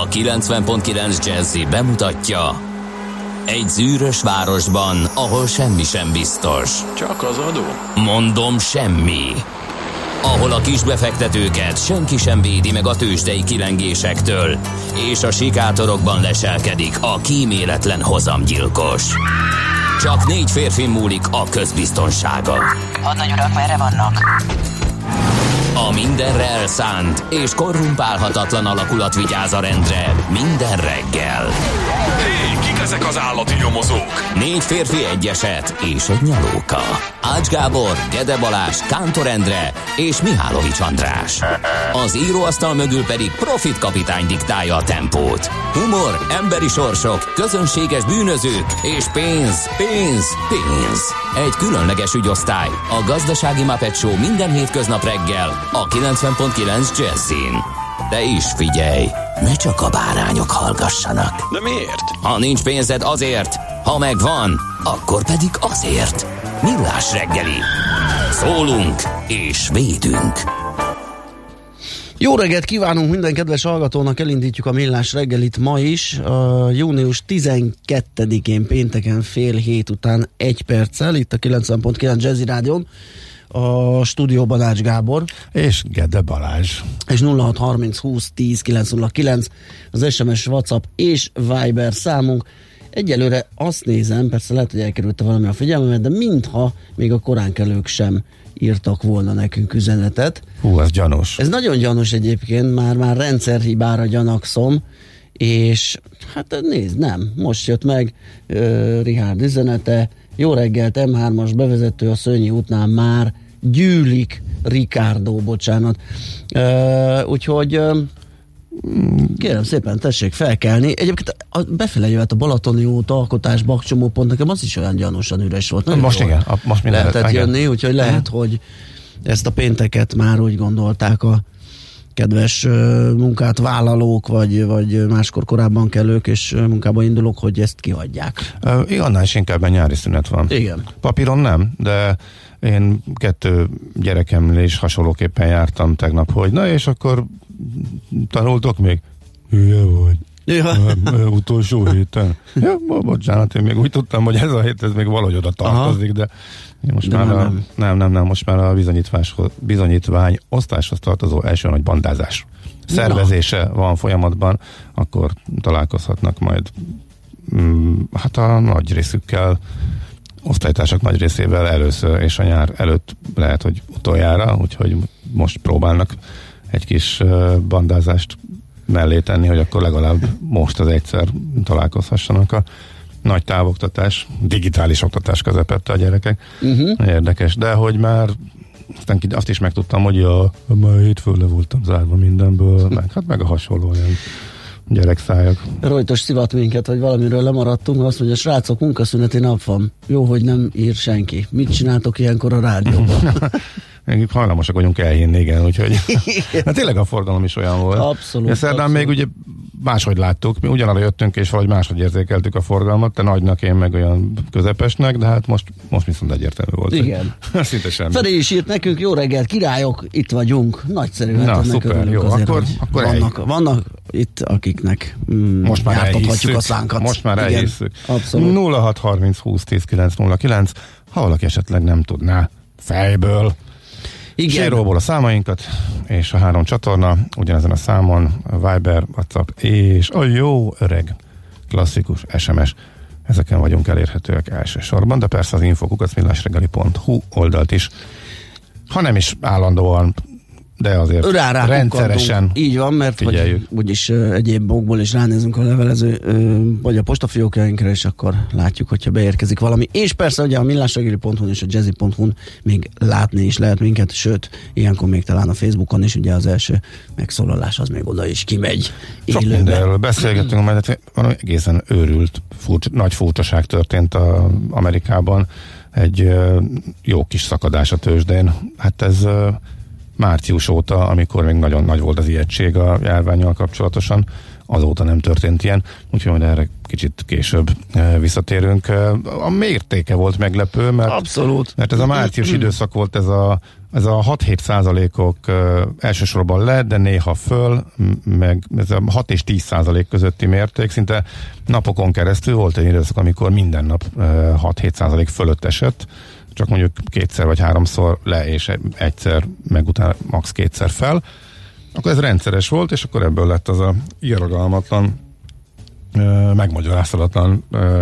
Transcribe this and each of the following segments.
A 90.9 Jazzy bemutatja: egy zűrös városban, ahol semmi sem biztos. Csak az adó? Mondom, semmi. Ahol a kisbefektetőket senki sem védi meg a tőzsdei kilengésektől, és a sikátorokban leselkedik a kíméletlen hozamgyilkos. Csak 4 férfi múlik a közbiztonsága. Hadnagy urak, merre vannak? A mindenre elszánt és korrumpálhatatlan alakulat vigyáz a rendre minden reggel. Hé, kik ezek az állati nyomozók? 4 férfi, egy eset és egy nyalóka. Ács Gábor, Gede Balázs, Kántor Endre és Mihálovics András. Az íróasztal mögül pedig Profit kapitány diktálja a tempót. Humor, emberi sorsok, közönséges bűnözők és pénz, pénz, pénz. Egy különleges ügyosztály, a Gazdasági Muppet Show minden hétköznap reggel a 90.9 Jazzin. De is figyelj, ne csak a bárányok hallgassanak. De miért? Ha nincs pénzed, azért, ha megvan, akkor pedig azért. Millás reggeli. Szólunk és védünk. Jó reggelt kívánunk minden kedves hallgatónak, elindítjuk a Millás reggelit ma is, június 12-én pénteken fél hét után 1 perccel, itt a 90.9 Jazzy Rádión, a stúdióban Ács Gábor és Gede Balázs. És 0630 20 10 909 az SMS, WhatsApp és Viber számunk. Egyelőre azt nézem, persze lehet, hogy elkerülte valami a figyelmemet, de mintha még a koránkelők sem írtak volna nekünk üzenetet. Hú, ez gyanús. Ez nagyon gyanús egyébként, már rendszerhibára gyanakszom, és hát nézd, nem, most jött meg Richárd üzenete: jó reggelt, M3-as bevezető a Szőnyi útnál már gyűlik Ricardo, bocsánat. Úgyhogy kérem szépen, tessék felkelni. Egyébként befele jöhet a Balatoni út, Alkotás, Bakcsomópont, nekem az is olyan gyanúsan üres volt. Nagyon most igen, most minden lehetett jönni, úgyhogy lehet, hogy ezt a pénteket már úgy gondolták a kedves munkát vállalók, vagy máskor korábban kelők és munkába indulók, hogy ezt kihagyják. Annál is inkább a nyári szünet van. Igen. Papíron nem, de én 2 gyerekemmel is hasonlóképpen jártam tegnap, hogy na és akkor tanultok még? Hülye vagy. Ja. Utolsó héten. Ja, bocsánat, én még úgy tudtam, hogy ez a hét ez még valahogy oda tartozik, de most de már nem, most már a bizonyítvány osztáshoz tartozó első nagy bandázás szervezése van folyamatban, akkor találkozhatnak majd hát a nagy részükkel, osztálytársak nagy részével először, és a nyár előtt lehet, hogy utoljára, úgyhogy most próbálnak egy kis bandázást mellé tenni, hogy akkor legalább most az egyszer találkozhassanak a nagy távoktatás, digitális oktatás közepette a gyerekek. Érdekes, de hogy már aztán azt is megtudtam, hogy már hétfőn le voltam zárva mindenből, meg a hasonló olyan gyerekszájak. Rojtos szivat minket, hogy valamiről lemaradtunk, azt mondja, srácok, munkaszüneti nap van. Jó, hogy nem ír senki. Mit csináltok ilyenkor a rádióban? Hajlamosak vagyunk elhinni, igen, úgyhogy hát tényleg a forgalom is olyan volt. Abszolút. Szerdán még ugye máshogy láttuk, mi ugyanarra jöttünk, és valahogy máshogy érzékeltük a forgalmat, te nagynak, én meg olyan közepesnek, de hát most viszont egyértelmű volt. Igen. Szinte semmi. Feri is írt nekünk, jó reggelt, királyok, itt vagyunk. Nagyszerű, hát szuper, jó, azért, akkor vannak itt, akiknek most már jártathatjuk a szánkat. Most már elhisszük. Abszolút. 0630 20 10 909, ha valaki esetleg nem tudná fejből. Zséróból a számainkat, és a 3 csatorna, ugyanezen a számon, a Viber, WhatsApp és a jó öreg klasszikus SMS. Ezeken vagyunk elérhetőek elsősorban, de persze az info@millásreggeli.hu oldalt is, ha nem is állandóan, de azért rendszeresen. Így van, mert hogy úgyis egyéb okból is ránézünk a levelező vagy a postafiókjainkra, és akkor látjuk, hogyha beérkezik valami. És persze ugye a millásreggeli.hu-n és a jazzy.hu-n még látni is lehet minket, sőt, ilyenkor még talán a Facebookon is, ugye az első megszólalás az még oda is kimegy élőben. Sok mindenről beszélgetünk, mert valami egészen őrült, nagy furcsaság történt Amerikában. Egy jó kis szakadás a tőzsdén. Hát ez március óta, amikor még nagyon nagy volt az ijegység a járvánnyal kapcsolatosan, azóta nem történt ilyen, úgyhogy majd erre kicsit később visszatérünk. A mértéke volt meglepő, mert, abszolút. Mert ez a március időszak volt, ez a ez a 6-7% elsősorban le, de néha föl, meg ez a 6 és 10% közötti mérték, szinte napokon keresztül volt egy időszak, amikor minden nap 6-7% fölött esett, csak mondjuk 2-szer vagy 3-szor le, és egyszer, meg utána max. 2-szer fel. Akkor ez rendszeres volt, és akkor ebből lett az a irgalmatlan, megmagyarázhatatlan,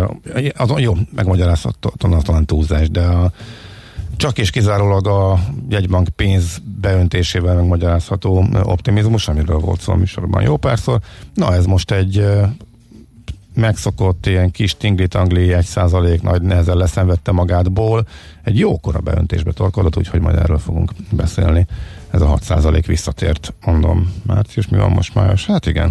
megmagyarázhatatlan túlzás, de csak és kizárólag a jegybank pénz beöntésével megmagyarázható optimizmus, amiről volt szó a műsorban jó párszor. Na, ez most egy megszokott ilyen kis tingli-tangli 1% nagy nehezen leszenvedte magátból, egy jókora beöntésbe torkolott, úgyhogy majd erről fogunk beszélni. Ez a 6% visszatért, mondom, március, mi van most május? Hát igen,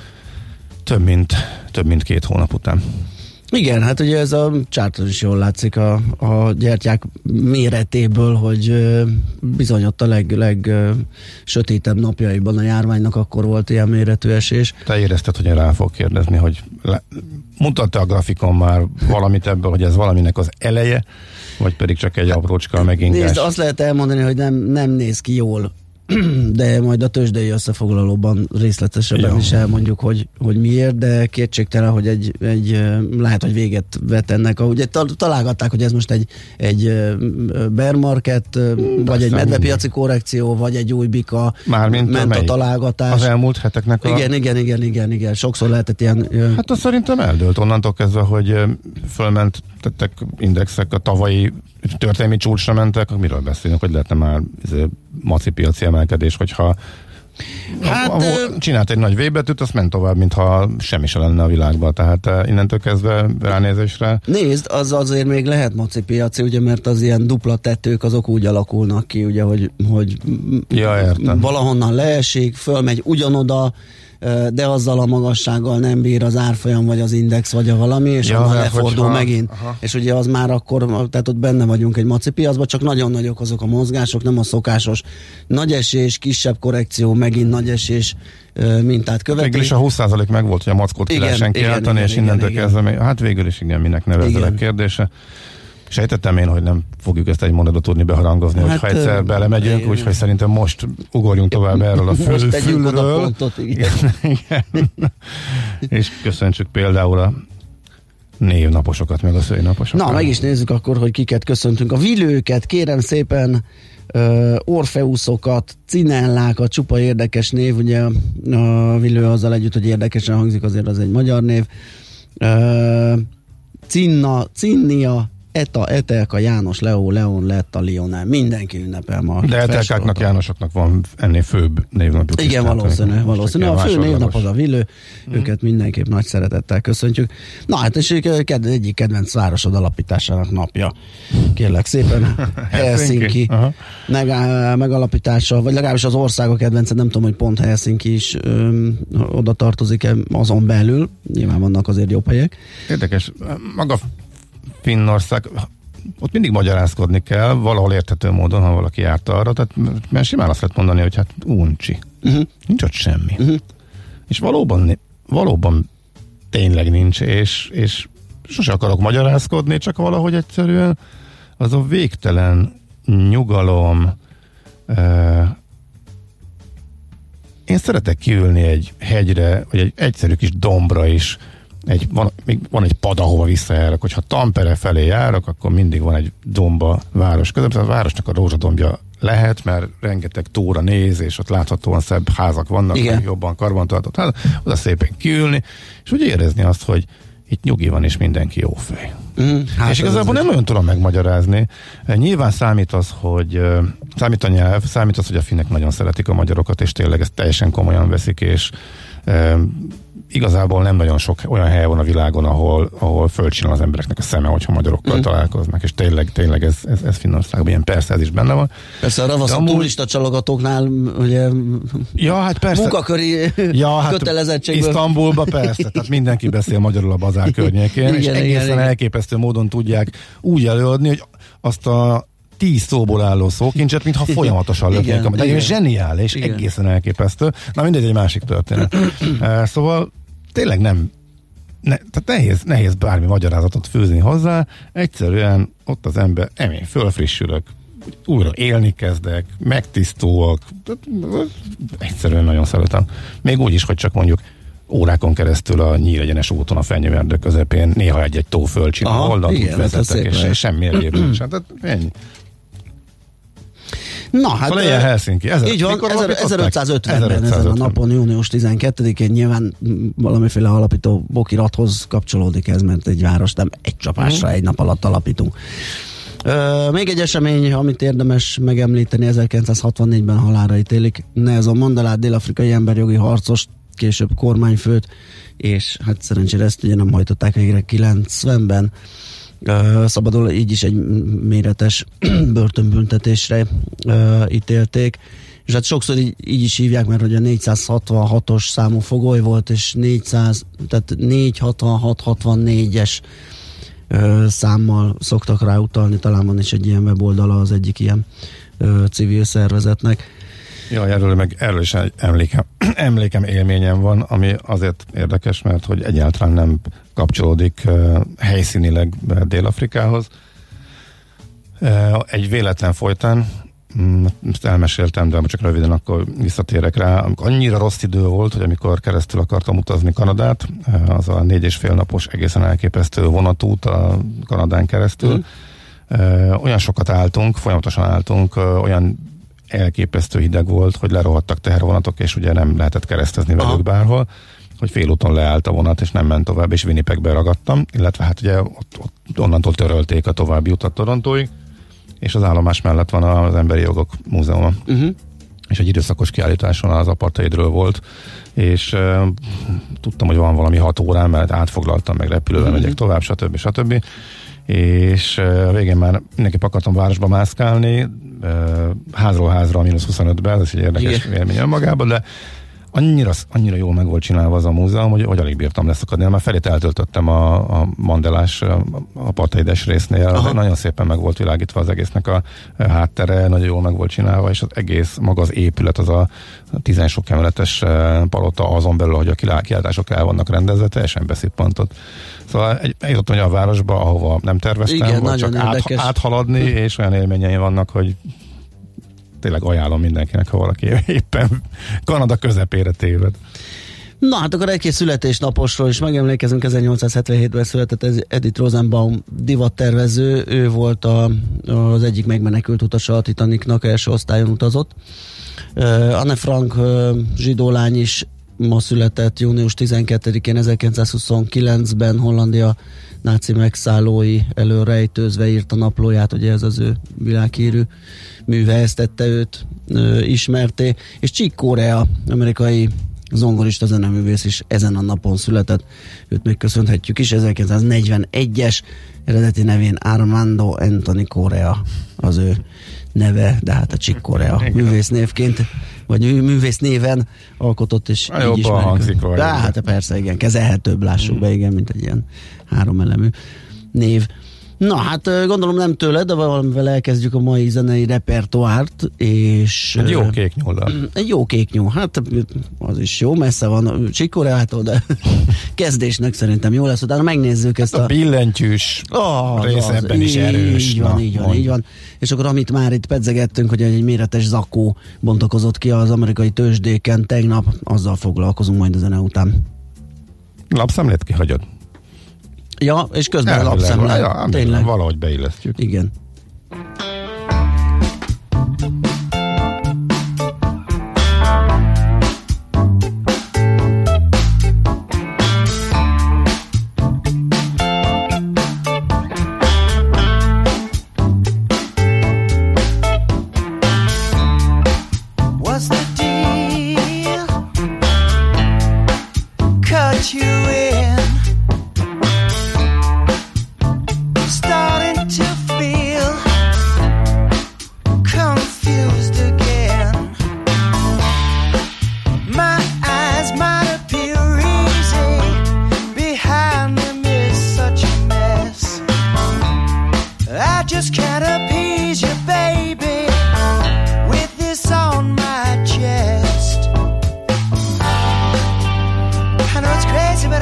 több mint 2 hónap után. Igen, hát ugye ez a csárton is jól látszik a gyertyák méretéből, hogy bizony ott a legsötétebb napjaiban a járványnak akkor volt ilyen méretű esés. Te érezted, hogy én rá fog kérdezni, hogy mutatta a grafikon már valamit ebből, hogy ez valaminek az eleje, vagy pedig csak egy aprócska megingás? Nézd, azt lehet elmondani, hogy nem néz ki jól, de majd a tőzsdei összefoglalóban részletesebben is elmondjuk, hogy miért, de kétségtelen, hogy egy lehet, hogy véget vet ennek. Ugye találgatták, hogy ez most egy bear market, vagy egy medvepiaci korrekció, vagy egy új bika, ment a találgatás. Az elmúlt heteknek Igen. Sokszor lehetett ilyen... Hát azt szerintem eldőlt onnantól kezdve, hogy fölmentettek indexek, a tavalyi történelmi csúcsra mentek, miről beszélünk, hogy lehetne már macipiaci emelkedés, hogyha csinált egy nagy V betűt, azt ment tovább, mintha semmi se lenne a világban, tehát innentől kezdve ránézésre. Nézd, az azért még lehet macipiaci, ugye, mert az ilyen dupla tetők azok úgy alakulnak ki, ugye, hogy valahonnan leesik, fölmegy ugyanoda, de azzal a magassággal nem bír az árfolyam, vagy az index, vagy a valami, és onnan lefordul megint. Aha. És ugye az már akkor, tehát ott benne vagyunk egy macipiacban, csak nagyon nagyok azok a mozgások, nem a szokásos nagy esés, kisebb korrekció, megint nagy esés mintát követi. Végül is a 20% meg volt, hogy a mackót ki lehessen kiáltani, és innentől kezdve, hát végül is igen, minek nevezzelek kérdése. Sejtettem én, hogy nem fogjuk ezt egy mondatba tudni beharangozni, hát, hogyha egyszer belemegyünk, úgyhogy szerintem most ugorjunk tovább erről a fülről. Igen. És köszöntsük például a névnaposokat, meg a szülinaposokat. Na, meg is nézzük akkor, hogy kiket köszöntünk. A Vilőket, kérem szépen, Orfeuszokat, Cinellákat, csupa érdekes név, ugye a Vilő azzal együtt, hogy érdekesen hangzik, azért az egy magyar név. Cinnia, Eta, Etelka, János, Leo, Leon, Letta, Lionel. Mindenki ünnepel ma. De Etelkáknak, Jánosoknak van ennél főbb névnapjuk. Igen, valószínű. A fő névnap az a Vilő. Őket mindenképp nagy szeretettel köszöntjük. Na hát, és egyik kedvenc városod alapításának napja. Kérlek szépen. Helsinki megalapítása, vagy legalábbis az ország a kedvence, nem tudom, hogy pont Helsinki is oda tartozik-e azon belül. Nyilván vannak azért jobb helyek. Érdekes. Maga Finnország, ott mindig magyarázkodni kell, valahol érthető módon, ha valaki járt arra, tehát mert simán azt lehet mondani, hogy hát uncsi. Nincs ott semmi. És valóban tényleg nincs, és sose akarok magyarázkodni, csak valahogy egyszerűen az a végtelen nyugalom. Én szeretek kiülni egy hegyre, vagy egy egyszerű kis dombra is, van egy pad, ahova visszajárok, hogyha Tampere felé járok, akkor mindig van egy domba város között. A városnak a rózsadombja lehet, mert rengeteg tóra néz, és ott láthatóan szebb házak vannak, jobban karbantartott házak, oda szépen kiülni, és úgy érezni azt, hogy itt nyugi van, és mindenki jó fej. Hát és igazából nem nagyon tudom megmagyarázni. Nyilván számít az, hogy számít a nyelv, számít az, hogy a finnek nagyon szeretik a magyarokat, és tényleg ezt teljesen komolyan veszik, és igazából nem nagyon sok olyan hely van a világon, ahol fölcsinál az embereknek a szeme, hogyha magyarokkal találkoznak, és tényleg ez Finnországban ilyen, persze ez is benne van. Persze a ravasz turista csalogatóknál ugye hát persze, munkaköri kötelezettségből. Isztambulba persze, tehát mindenki beszél magyarul a bazár környékén, és egészen elképesztő módon tudják úgy előadni, hogy azt a 10 szóból álló szókincset, mintha folyamatosan löknék. De zseniális, egészen elképesztő. Na mindegy, egy másik történet. Szóval tényleg tehát nehéz bármi magyarázatot főzni hozzá. Egyszerűen ott az ember, fölfrissülök, újra élni kezdek, megtisztulok, egyszerűen nagyon szeretem. Még úgy is, hogy csak mondjuk órákon keresztül a Nyíregyenes úton a Fenyőerdő közepén néha egy tó fölcsinál, oldalt vezetek, és semmi egyébben sem. Tehát ennyi. Na, hát szóval ilyen Helsinki. Így van, 1550-ben ezen a napon, június 12-én nyilván valamiféle alapító bokirathoz kapcsolódik ez, mert egy város nem egy csapásra egy nap alatt alapítunk. Még egy esemény, amit érdemes megemlíteni, 1964-ben halálra ítélik Nelson Mandelát, dél-afrikai emberjogi harcost, később kormányfőt, és hát szerencsére ezt ugye nem hajtották végre 90-ben. Szabadul így is egy méretes börtönbüntetésre ítélték, és hát sokszor így is hívják, mert hogy a 466-os számú fogoly volt, és 466-64-es számmal szoktak rá utalni, talán van is egy ilyen weboldala az egyik ilyen civil szervezetnek. Ja, erről is emlékem, élményem van, ami azért érdekes, mert hogy egyáltalán nem kapcsolódik helyszínileg Dél-Afrikához. Egy véletlen folytán, ezt elmeséltem, de csak röviden akkor visszatérek rá. Annyira rossz idő volt, hogy amikor keresztül akartam utazni Kanadát, az a 4,5 napos egészen elképesztő vonatút a Kanadán keresztül, olyan sokat álltunk, folyamatosan álltunk, olyan elképesztő hideg volt, hogy lerohadtak tehervonatok, és ugye nem lehetett keresztezni velük bárhol, hogy félúton leállt a vonat, és nem ment tovább, és Winnipegbe ragadtam, illetve hát ugye onnantól törölték a további utat Torontóig, és az állomás mellett van az Emberi Jogok Múzeuma. És egy időszakos kiállításon az apartheidről volt, és tudtam, hogy van valami 6 órán, mert átfoglaltam, meg repülővel megyek tovább, stb. És végén már mindenképp akartam városba mászkálni, házról házra a -25-ben, ez egy érdekes élmény önmagában, de annyira jól meg volt csinálva az a múzeum, hogy alig bírtam leszakadni. Már felét eltöltöttem a Mandelás apartheides résznél. Nagyon szépen meg volt világítva az egésznek a háttere, nagyon jól meg volt csinálva, és az egész, maga az épület, az a 10 sok emeletes palota, azon belül, hogy a kiállítások el vannak rendezve, teljesen beszippantott. Szóval eljutottam a városba, ahova nem terveztem, vagy csak áthaladni, és olyan élményeim vannak, hogy tényleg ajánlom mindenkinek, ha valaki éppen Kanada közepére téved. Na, hát akkor egy-két születésnaposról is megemlékezünk. 1877-ben született Edith Rosenbaum divattervező, ő volt az egyik megmenekült utasa a Titanicnak, első osztályon utazott. Anne Frank zsidó lány is ma született, június 12-én 1929-ben Hollandia náci megszállói elől rejtőzve írta naplóját, ugye ez az ő világhírű műve, ezt tette őt ismerté, és Chick Corea, amerikai zongorista zeneművész is ezen a napon született, őt megköszönhetjük is, 1941-es, eredeti nevén Armando Anthony Corea az ő neve, de hát a Chick Corea művésznévként, vagy művész néven alkotott, és így ismerjük. De hát persze, igen, kezelhetőbb, lássuk be, igen, mint egy ilyen 3 elemű név. Na, hát gondolom nem tőled, de valamivel elkezdjük a mai zenei repertoárt, és... Egy jó kék nyúllal. Egy jó kék nyúl, hát az is jó, messze van Chick Coreától, de kezdésnek szerintem jó lesz, utána megnézzük ezt a billentyűs rész ebben is erős. Így van. És akkor amit már itt pedzegettünk, hogy egy méretes zakó bontakozott ki az amerikai tőzsdéken tegnap, azzal foglalkozunk majd a zene után. Lapszemlét kihagyod? Ja, és közben a lapszemle. Ja, tényleg. Valahogy beillesztjük. Igen. Crazy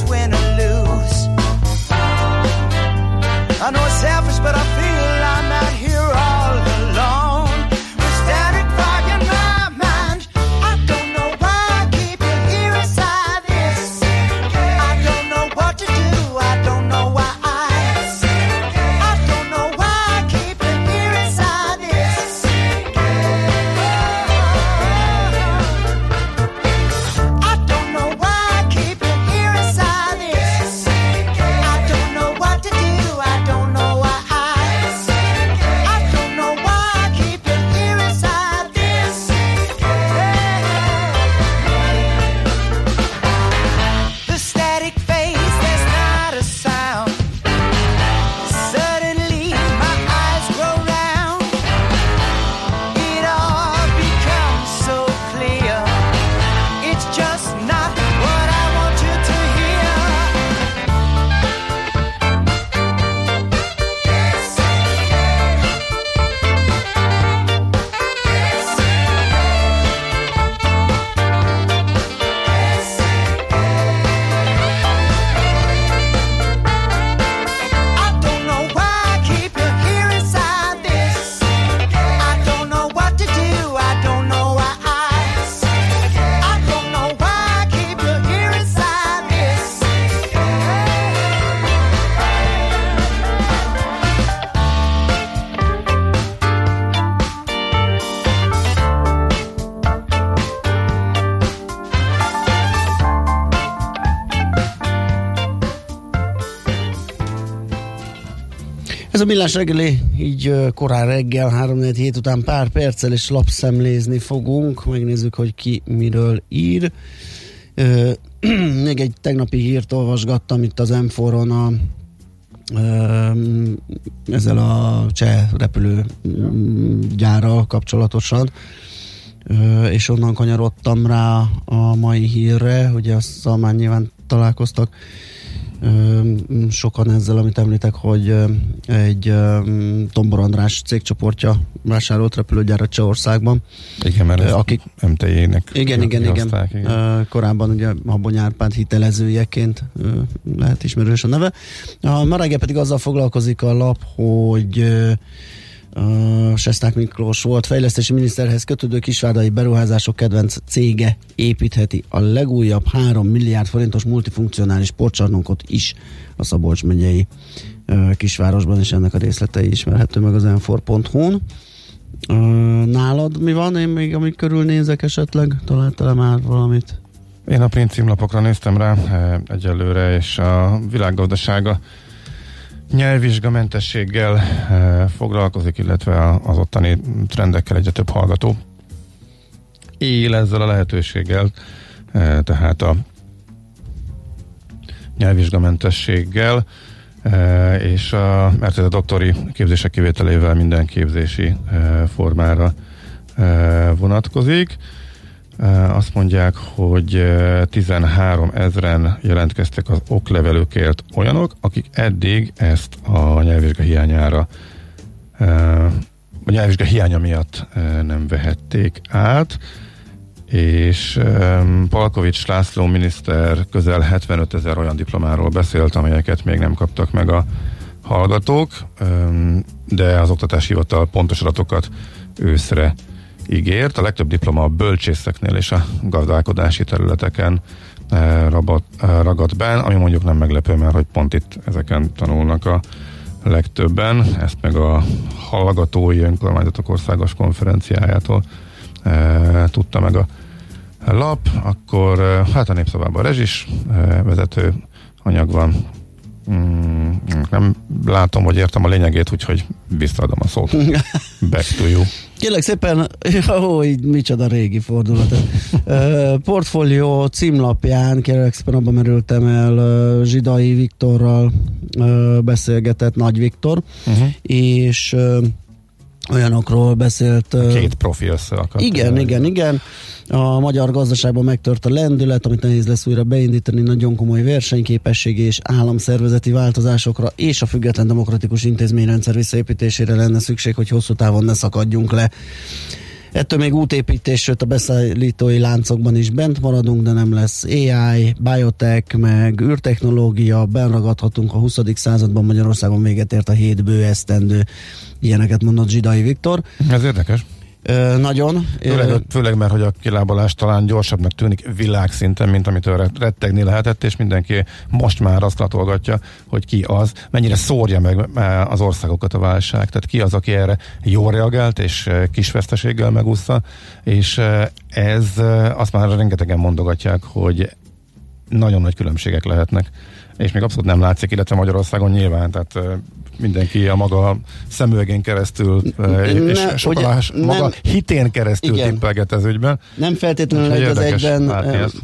just win or lose. I know it's selfish, but I feel I'm out here all alone. With static fog in my mind, I don't know why I keep it here inside this. I don't know what to do, I don't know why I don't know why I keep it here inside this. I don't know why I keep it here inside this. I don't know what to do, I don't know why I don't know why I keep it here inside this. The static phase, there's not a sound. Suddenly my eyes grow round. It all becomes so clear. It's just not what I want you to hear. I don't know why I keep it here inside this. I don't know what to do, I don't know why I don't know why I keep it here inside this. Ez a Millás reggeli, így korán reggel, 3-4 után pár perccel és lapszemlézni fogunk. Megnézzük, hogy ki miről ír. Még egy tegnapi hírt olvasgattam itt az M4-on ezzel a cseh repülőgyárral kapcsolatosan, és onnan kanyarodtam rá a mai hírre, ugye azzal már nyilván találkoztak sokan ezzel, amit említek, hogy egy Tombor András cégcsoportja vásárolt repülőgyárat Csehországban. Igen, mert akik MTJ-nek igen. Korábban ugye Habony Árpád hitelezőjeként lehet ismerős a neve. Ma reggel pedig azzal foglalkozik a lap, hogy Sesták Miklós volt fejlesztési miniszterhez kötődő kisvárdai beruházások kedvenc cége építheti a legújabb 3 milliárd forintos multifunkcionális sportcsarnokot is a Szabolcs megyei kisvárosban, és ennek a részletei ismerhető meg az m4.hu-n. Nálad mi van? Én még amíg körülnézek esetleg, találtál már valamit? Én a print címlapokra néztem rá egyelőre, és a világgazdasága nyelvvizsgamentességgel foglalkozik, illetve az ottani trendekkel egyre több hallgató él ezzel a lehetőséggel, tehát a nyelvvizsgamentességgel, és mert ez a doktori képzések kivételével minden képzési formára vonatkozik. Azt mondják, hogy 13 000 jelentkeztek az oklevelükért olyanok, akik eddig ezt a nyelvvizsga hiányára, a nyelvvizsga hiánya miatt nem vehették át, és Palkovics László miniszter közel 75 000 olyan diplomáról beszélt, amelyeket még nem kaptak meg a hallgatók, de az Oktatási Hivatal pontos adatokat őszre ígért. A legtöbb diploma a bölcsészeknél és a gazdálkodási területeken ragadt be, ami mondjuk nem meglepő, mert hogy pont itt ezeken tanulnak a legtöbben. Ezt meg a Hallgatói Önkormányzatok Országos Konferenciájától tudta meg a lap. Akkor hát a Népszavában rezsis vezető anyag van. Nem látom, hogy értem a lényegét, úgyhogy visszaadom a szót. Back to you. Kérlek szépen, így micsoda régi fordulat. Portfólió címlapján, kérlek szépen, abban merültem el, Zsidai Viktorral beszélgetett, Nagy Viktor, és olyanokról beszélt. Két profi összeakadt. Igen. A magyar gazdaságban megtört a lendület, amit nehéz lesz újra beindítani, nagyon komoly versenyképességi és államszervezeti változásokra és a független demokratikus intézményrendszer visszaépítésére lenne szükség, hogy hosszú távon ne szakadjunk le. Ettől még útépítés, sőt a beszállítói láncokban is bent maradunk, de nem lesz AI, biotech, meg űrtechnológia, benragadhatunk a 20. században, Magyarországon véget ért a 7 bő esztendő. Ilyeneket mondott Zsidai Viktor. Ez érdekes. Nagyon. Főleg, mert hogy a kilábalás talán gyorsabbnak tűnik világszinten, mint amitől rettegni lehetett, és mindenki most már azt latolgatja, hogy ki az, mennyire szórja meg az országokat a válság. Tehát ki az, aki erre jól reagált, és kis veszteséggel megúszta, és ez azt már rengetegen mondogatják, hogy nagyon nagy különbségek lehetnek, és még abszolút nem látszik, illetve Magyarországon nyilván, tehát mindenki a maga szemüvegén keresztül és sokalás maga hitén keresztül tippelget ez ügyben. Nem feltétlenül egy az egyben,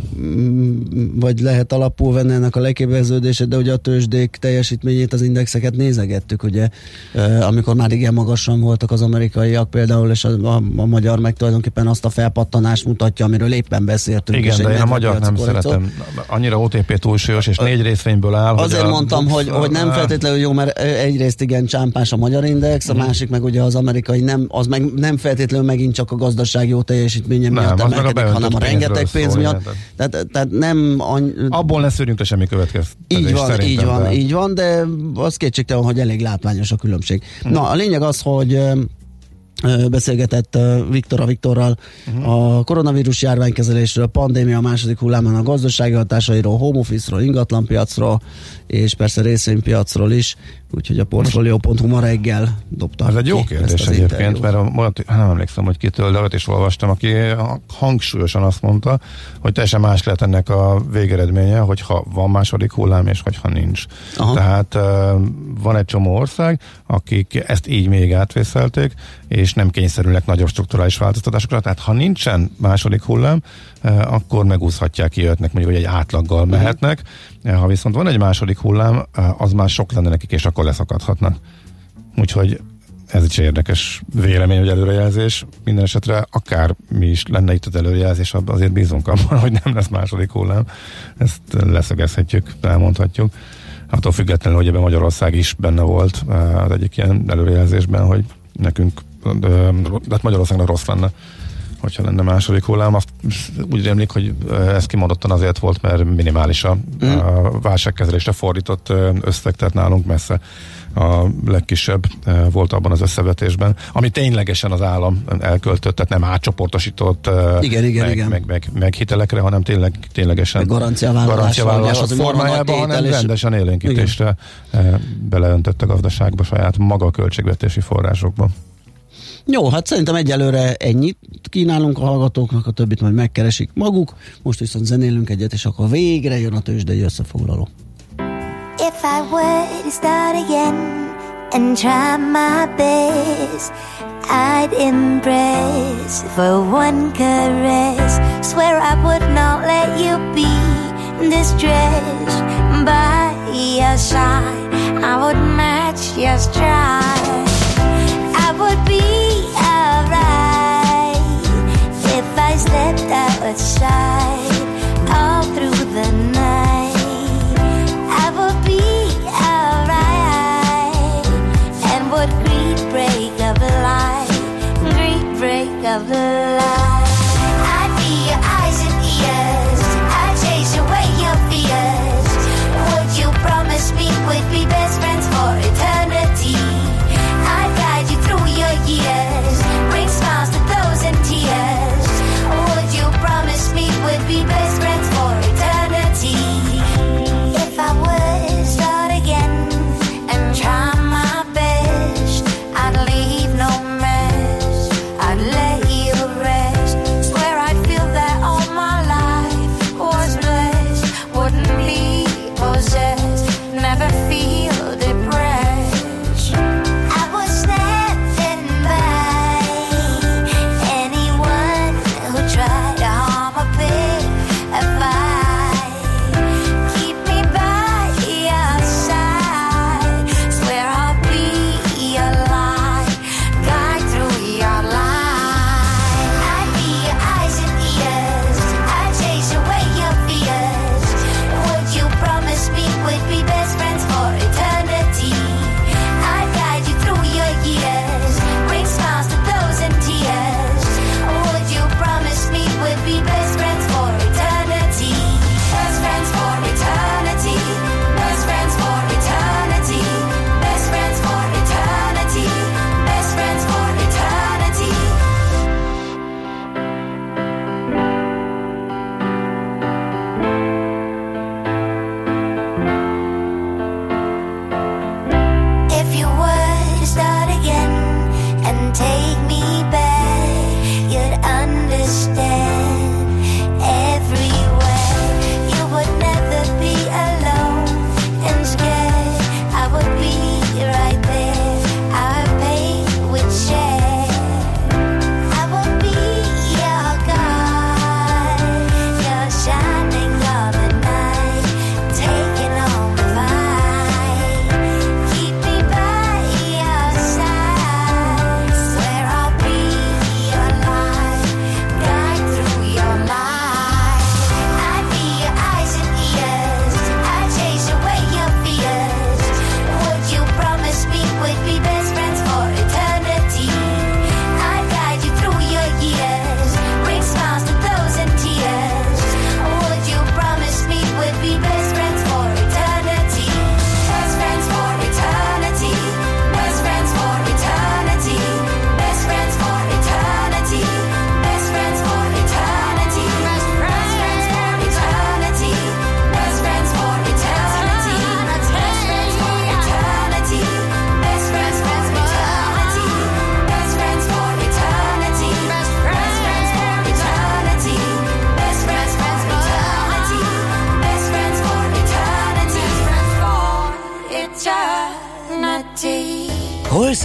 vagy lehet alapul venni ennek a leképeződését, de ugye a tőzsdék teljesítményét, az indexeket nézegettük, ugye, amikor már igen magasan voltak az amerikaiak például, és a magyar meg tulajdonképpen azt a felpattanást mutatja, amiről éppen beszéltünk. Igen, de én a magyar nem szeretem. Annyira OTP túlsúlyos, és 4 részvényből áll. Azért mondtam, hogy nem feltétlenül jó, mert egyrészt igen csámpás a magyar index, a másik meg ugye az amerikai az meg nem feltétlenül megint csak a gazdaság jó teljesítménye miatt emelkedik, hanem a rengeteg pénz miatt. Tehát nem... Abból ne szűrjünk le semmi következtetés. Így van, de az kétségtelen, hogy elég látványos a különbség. Na, a lényeg az, hogy beszélgetett Viktorral a koronavírus járványkezelésről, a pandémia második hullámán a gazdasági hatásairól, home office-ról, ingatlanpiacról, és persze részvénypiacról is, úgyhogy a Portfolio.hu ma reggel dobta. Ez egy jó kérdés egyébként, mert nem emlékszem, hogy kitől, de is olvastam, aki hangsúlyosan azt mondta, hogy teljesen más lehet ennek a végeredménye, hogyha van második hullám, és hogyha nincs. Aha. Tehát van egy csomó ország, akik ezt így még átvészelték, és nem kényszerülnek nagyobb strukturális változtatásokra, tehát ha nincsen második hullám, akkor megúszhatják, kijöhetnek, mondjuk, hogy egy átlaggal mehetnek. Ha viszont van egy második hullám, az már sok lenne nekik, és akkor leszakadhatnak. Úgyhogy ez is érdekes vélemény, vagy előrejelzés. Minden esetre akár mi is lenne itt az előrejelzés, azért bízunk abban, hogy nem lesz második hullám. Ezt leszögezhetjük, elmondhatjuk. Attól függetlenül, hogy ebben Magyarország is benne volt az egyik ilyen előrejelzésben, hogy nekünk, de Magyarországnak rossz lenne, hogyha lenne második hullám. Azt úgy rémlik, hogy ez kimondottan azért volt, mert minimális a válságkezelésre fordított összeg, tehát nálunk messze a legkisebb volt abban az összevetésben, ami ténylegesen az állam elköltött, tehát nem átcsoportosított meg hitelekre, hanem ténylegesen garanciavállalások formájában, hanem rendesen élénkítésre beleöntött a gazdaságba saját maga a költségvetési forrásokba. Jó, hát szerintem egyelőre ennyit kínálunk a hallgatóknak, a többit majd megkeresik maguk. Most viszont zenélünk egyet, és akkor végre jön a tőzsdei összefoglaló. If I were to start again and try my best, I'd impress for one caress. Swear I would not let you be distressed by your side. I would match your stride. I would be alright if I stepped outside all through the night. I would be alright and would greet break of light, greet break of light. I'd be your eyes and ears, I'd chase away your fears. Would you promise me we'd be best friends for eternity? I'd guide you through your years, bring smiles to those in tears. Would you promise me we'd be best friends for eternity? If I would start again and try my best, I'd leave no mess, I'd let you rest. Swear I'd feel that all my life was blessed, wouldn't be possessed, never feel depressed. I was standing by anyone who tried to harm a bit of fight. Keep me by your side. Swear I'll be your light, guide through your life. I'd be your eyes and ears, I'd chase away your fears. Would you promise me we'd be best friends for eternity?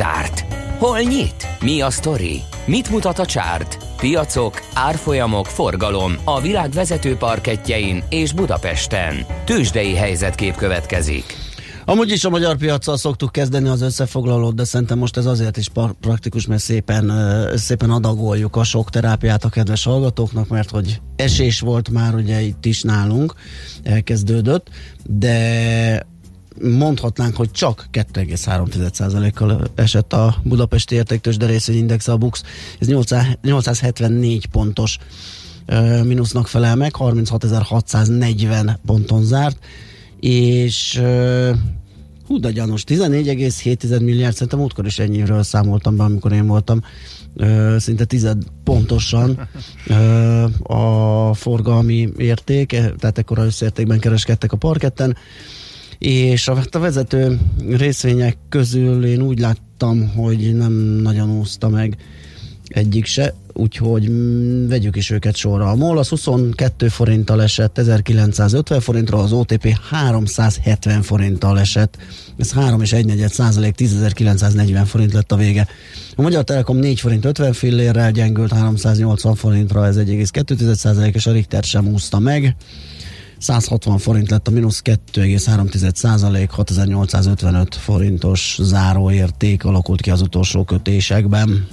zárt? Hol nyit? Mi a sztori? Mit mutat a csárt? Piacok, árfolyamok, forgalom a világ vezető parkettjein és Budapesten. Tőzsdei helyzetkép következik. Amúgy is a magyar piaccal szoktuk kezdeni az összefoglalót, de szerintem most ez azért is praktikus, mert szépen adagoljuk a sok terápiát a kedves hallgatóknak, mert hogy esés volt már ugye itt is nálunk, elkezdődött, de mondhatnánk, hogy csak 2,3%-kal esett a budapesti értéktőzsde részvényindex, a BUX, ez 874 pontos mínusznak felel meg, 36.640 ponton zárt, és de gyanús, 14,7 milliárd, szerintem múltkor is ennyiről számoltam be, amikor én voltam, szinte 10 pontosan a forgalmi érték, tehát ekkora összértékben kereskedtek a parketten, és a vezető részvények közül én úgy láttam, hogy nem nagyon úszta meg egyik se, úgyhogy vegyük is őket sorra. A MOL az 22 forinttal esett 1950 forintra, az OTP 370 forinttal esett, ez 3,1%, 10.940 forint lett a vége. A Magyar Telekom 4 forint 50 fillérrel gyengült 380 forintra, ez 1,2%, és a Richter sem úszta meg. 160 forint lett a mínusz, 2,3%, 6855 forintos záróérték alakult ki az utolsó kötésekben.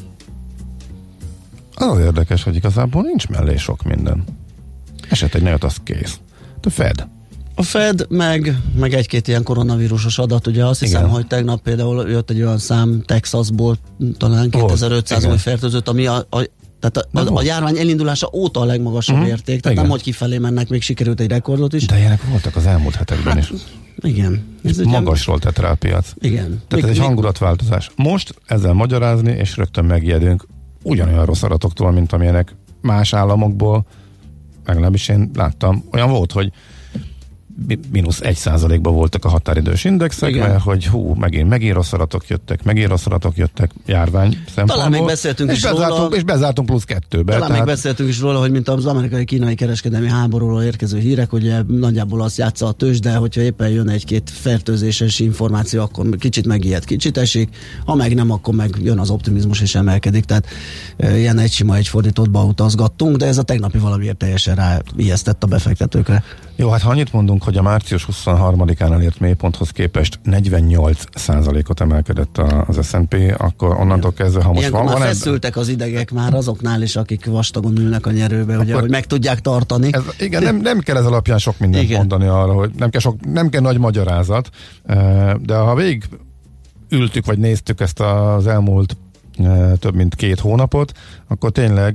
Az érdekes, hogy igazából nincs mellé sok minden. Esett egy nagyot, az kész. A Fed. A Fed, meg egy-két ilyen koronavírusos adat, ugye azt hiszem, hogy tegnap például jött egy olyan szám Texasból, talán 2500 új fertőzött, ami tehát a járvány elindulása óta a legmagasabb érték, tehát nem, hogy kifelé mennek, még sikerült egy rekordot is. De ilyenek voltak az elmúlt hetekben is. Igen. Magasról tett rá a piac. Igen. Tehát ez egy hangulatváltozás. Most ezzel magyarázni, és rögtön megijedünk ugyanolyan rossz adatoktól, mint amilyenek más államokból, legalábbis én láttam. Olyan volt, hogy mínusz 1%-ban voltak a határidős indexek, igen, mert hogy megint rossz adatok jöttek, járvány szempontból. Talán még beszéltünk is róla. És bezártunk plusz 2-be. Talán még beszéltünk is róla, hogy mint az amerikai-kínai kereskedelmi háborúról érkező hírek, ugye nagyjából azt játsza a tőzsde, hogyha éppen jön egy-két fertőzéses információ, akkor kicsit megijed, kicsit esik, ha meg nem, akkor meg jön az optimizmus és emelkedik, tehát ilyen egy fordítottba utazgattunk, de ez a tegnapi valamiért teljesen ráijesztett a befektetőkre. Jó, hát ha annyit mondunk, hogy a március 23-án elért mélyponthoz képest 48%-ot emelkedett az S&P, akkor onnantól kezdve, ha most ilyenkor van... Már feszültek az idegek már azoknál is, akik vastagon ülnek a nyerőbe, ugye, hogy meg tudják tartani. Igen, nem kell ez alapján sok mindent mondani arra, hogy nem kell nagy magyarázat, de ha végig ültük, vagy néztük ezt az elmúlt több mint 2 hónapot, akkor tényleg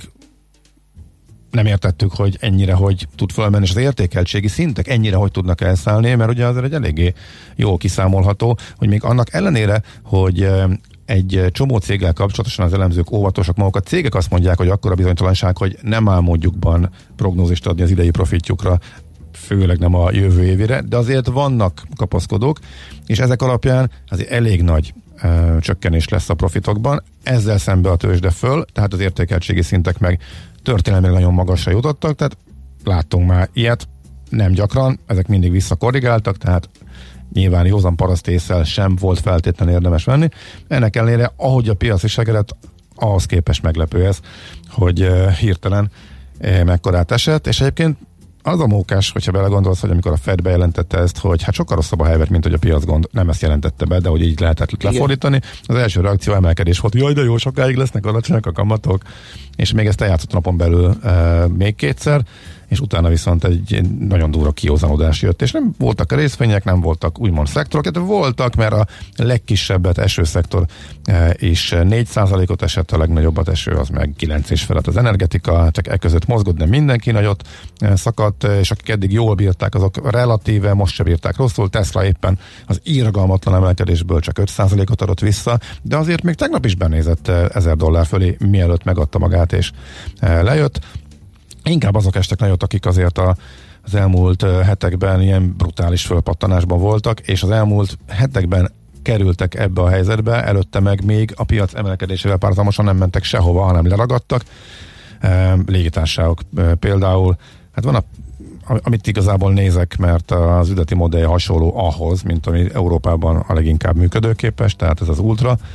nem értettük, hogy ennyire hogy tud fölmenni, és az értékeltségi szintek ennyire hogy tudnak elszállni, mert ugye azért egy eléggé jól kiszámolható, hogy még annak ellenére, hogy egy csomó céggel kapcsolatosan az elemzők óvatosak maguk. A cégek azt mondják, hogy akkora bizonytalanság, hogy nem áll módjukban prognózist adni az idei profitjukra, főleg nem a jövő évére, de azért vannak kapaszkodók, és ezek alapján azért elég nagy csökkenés lesz a profitokban. Ezzel szembe a tőzsde föl, tehát az értékeltségi szintek meg történelmileg nagyon magasra jutottak, tehát láttunk már ilyet, nem gyakran, ezek mindig visszakorrigáltak, tehát nyilván józan parasztésszel sem volt feltétlenül érdemes venni. Ennek ellenére, ahogy a piac is segedett, ahhoz képest meglepő ez, hogy hirtelen mekkorát esett, és egyébként az a mókás, hogyha belegondolsz, hogy amikor a Fed bejelentette ezt, hogy hát sokkal rosszabb a helyzet, mint hogy a piac gond, nem ezt jelentette be, de hogy így lehetett lefordítani. Az első reakció emelkedés volt, jaj, de jó, sokáig lesznek alacsonyak a kamatok, és még ezt eljátszott napon belül még kétszer, és utána viszont egy nagyon durva kiózanodás jött, és nem voltak a részvények, nem voltak úgymond szektorok, de voltak, mert a legkisebbet eső szektor is 4%-ot esett, a legnagyobbat eső az meg 9 felett az energetika, csak e között mozgott, de mindenki nagyot szakadt, és akik eddig jól bírták, azok relatíve most se bírták rosszul. Tesla éppen az irgalmatlan emelkedésből csak 5%-ot adott vissza, de azért még tegnap is benézett $1000 fölé, mielőtt megadta magát és lejött. Inkább azok estek nagyot, akik azért az elmúlt hetekben ilyen brutális fölpattanásban voltak, és az elmúlt hetekben kerültek ebbe a helyzetbe, előtte meg még a piac emelkedésével párhuzamosan nem mentek sehova, hanem leragadtak. Légitársaságok például, hát van amit igazából nézek, mert az üzleti modell hasonló ahhoz, mint ami Európában a leginkább működőképes, tehát ez az ultra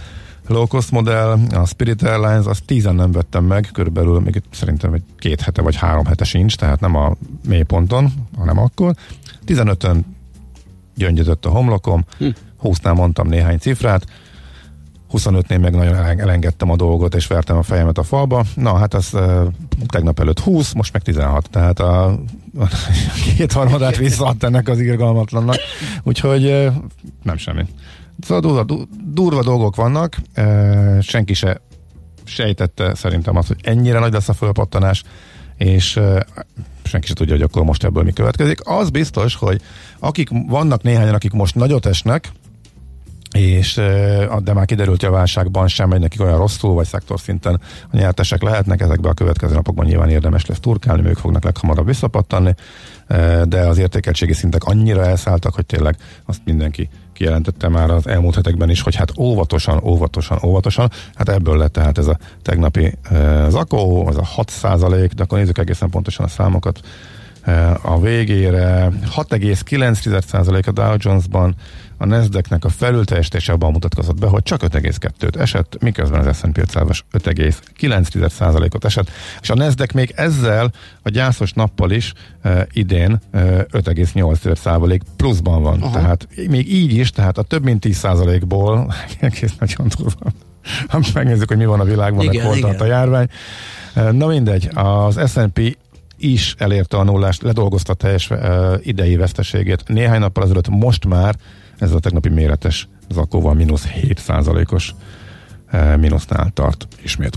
low cost modell, a Spirit Airlines, azt 10-en nem vettem meg, körülbelül még szerintem egy 2 hete vagy 3 hete sincs, tehát nem a mélyponton, hanem akkor. 15-ön gyöngyözött a homlokom, 20-nál mondtam néhány cifrát, 25-nél meg nagyon elengedtem a dolgot, és vertem a fejemet a falba. Na, hát az tegnap előtt 20, most meg 16, tehát a 2/3 visszaadt ennek az irgalmatlannak, úgyhogy nem semmi. Szóval durva dolgok vannak, senki se sejtette szerintem azt, hogy ennyire nagy lesz a fölpattanás, és senki se tudja, hogy akkor most ebből mi következik. Az biztos, hogy vannak néhányan, akik most nagyot esnek, és de már kiderült, hogy a válságban sem megy nekik olyan rosszul, vagy szektorszinten a nyertesek lehetnek, ezekben a következő napokban nyilván érdemes lesz turkálni, ők fognak leghamarabb visszapattanni, de az értékeltségi szintek annyira elszálltak, hogy tényleg azt mindenki kijelentette már az elmúlt hetekben is, hogy hát óvatosan, hát ebből lett tehát ez a tegnapi zakó, az a 6%, de akkor nézzük egészen pontosan a számokat a végére. 6,9% a Dow Jonesban, a Nasdaqnek a felülteljesítése abban mutatkozott be, hogy csak 5,2-t esett, miközben az S&P 500-as 5,9%-ot esett, és a Nasdaq még ezzel a gyászos nappal is idén 5,8% pluszban van. Aha. Tehát még így is, tehát a több mint 10%-ból egész nagyon durva. Ha megnézzük, hogy mi van a világban, meg hol tart a járvány. Na mindegy, az S&P is elérte a nullást, ledolgozta teljes idei veszteségét. Néhány nappal ezelőtt most már ez a tegnapi méretes zakóval -7%-os mínusznál tart ismét.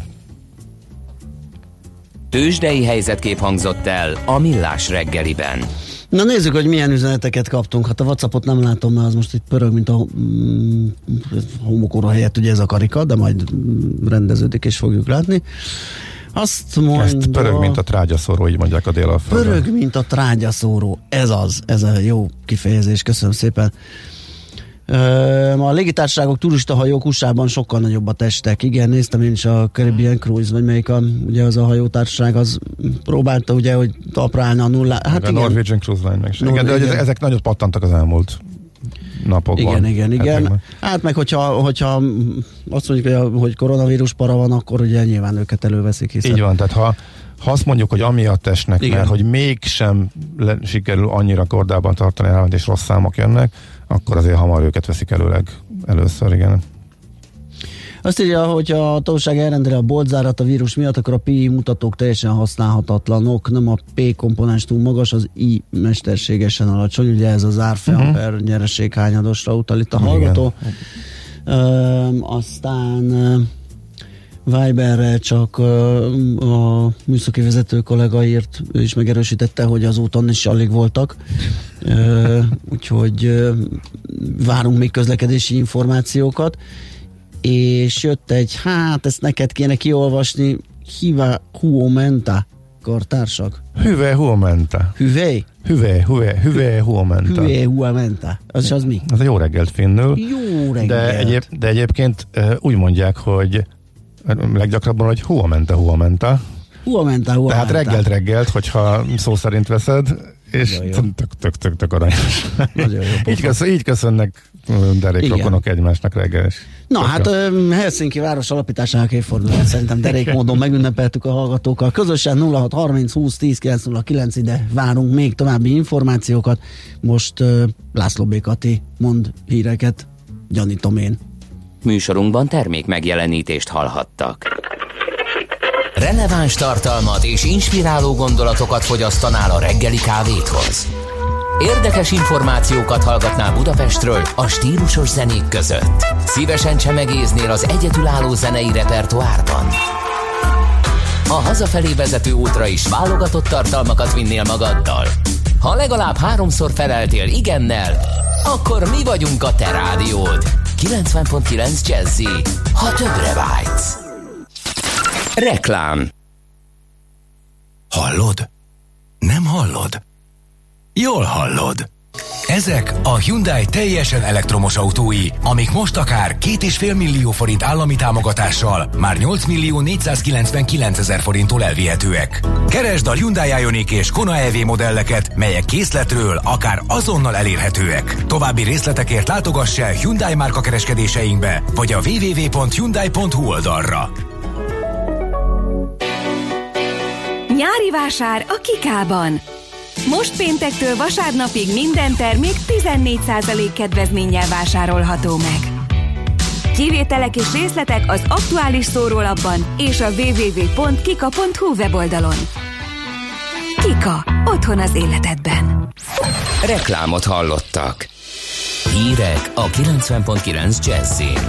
Tőzsdei helyzetkép hangzott el a Millás reggeliben. Na nézzük, hogy milyen üzeneteket kaptunk. Hát a WhatsAppot nem látom, mert az most itt pörög, mint a homokóra helyett ugye ez a karika, de majd rendeződik és fogjuk látni. Azt mondja... Ezt pörög, mint a trágyaszóró, így mondják a Délalföldön. Pörög, mint a trágyaszóró. Ez a jó kifejezés, köszönöm szépen. A légitársaságok, turistahajók USA-ban sokkal nagyobb a testek. Igen, néztem én is a Caribbean Cruise, vagy melyik ugye az a hajótársaság, az próbálta ugye, hogy talpra állna a nullá. Hát a igen. Norwegian Cruise Line meg. Igen, de ezek nagyot pattantak az elmúlt napokban. Igen. Hát meg hogyha azt mondjuk, hogy koronavírus para van, akkor ugye nyilván őket előveszik, hiszen... Így van, tehát ha azt mondjuk, hogy amiatt esnek, igen, mert hogy mégsem sikerül annyira kordában tartani elment, és rossz számok jönnek, akkor azért hamar őket veszik először, igen. Azt írja, hogy a hatóság elrendeli a boltzárat a vírus miatt, akkor a PI mutatók teljesen használhatatlanok, nem a P komponens túl magas, az I mesterségesen alacsony, ugye ez az árfolyam per nyereséghányadosra utal itt a hallgató. Aztán Viberre csak a műszaki vezető kollega írt, ő is megerősítette, hogy az úton is alig voltak, úgyhogy várunk még közlekedési információkat, és jött egy, hát ezt neked kéne kiolvasni, Hiva Huomenta, kartársak. Hüve Huomenta. Hüve? Hüve Huomenta. Hüve Huomenta. Az mi? Ez a jó reggelt finnül. Jó reggelt. De egyébként úgy mondják, hogy leggyakrabban, hogy Huomenta. Tehát reggelt, hogyha szó szerint veszed, és tök aranyos. Így köszönnek derékrokonok egymásnak reggel. Na hát Helsinki város alapításának évfordulóját szerintem derék módon megünnepeltük a hallgatókkal. Közösen 0630 20 10 909, ide várunk még további információkat. Most László B. Kati mond híreket, gyanítom én. Műsorunkban termék megjelenítést hallhattak. Releváns tartalmat és inspiráló gondolatokat fogyasztanál a reggeli kávéthoz. Érdekes információkat hallgatnál Budapestről a stílusos zenék között. Szívesen csemegéznél az egyedülálló zenei repertoárban. A hazafelé vezető útra is válogatott tartalmakat vinnél magaddal. Ha legalább 3-szor feleltél igennel, akkor mi vagyunk a te rádiód. 90.9 Jazzy, ha többre vágysz. Reklám. Hallod? Nem hallod? Jól hallod. Ezek a Hyundai teljesen elektromos autói, amik most akár 2,5 millió forint állami támogatással már 8 millió 499 ezer forinttól elvihetőek. Keresd a Hyundai Ioniq és Kona EV modelleket, melyek készletről akár azonnal elérhetőek. További részletekért látogass el Hyundai márka kereskedéseinkbe, vagy a www.hyundai.hu oldalra. Nyári vásár a Kikában. Most péntektől vasárnapig minden termék 14% kedvezménnyel vásárolható meg. Kivételek és részletek az aktuális szórólapban és a www.kika.hu weboldalon. Kika. Otthon az életedben. Reklámot hallottak. Hírek a 90.9 Jazzin.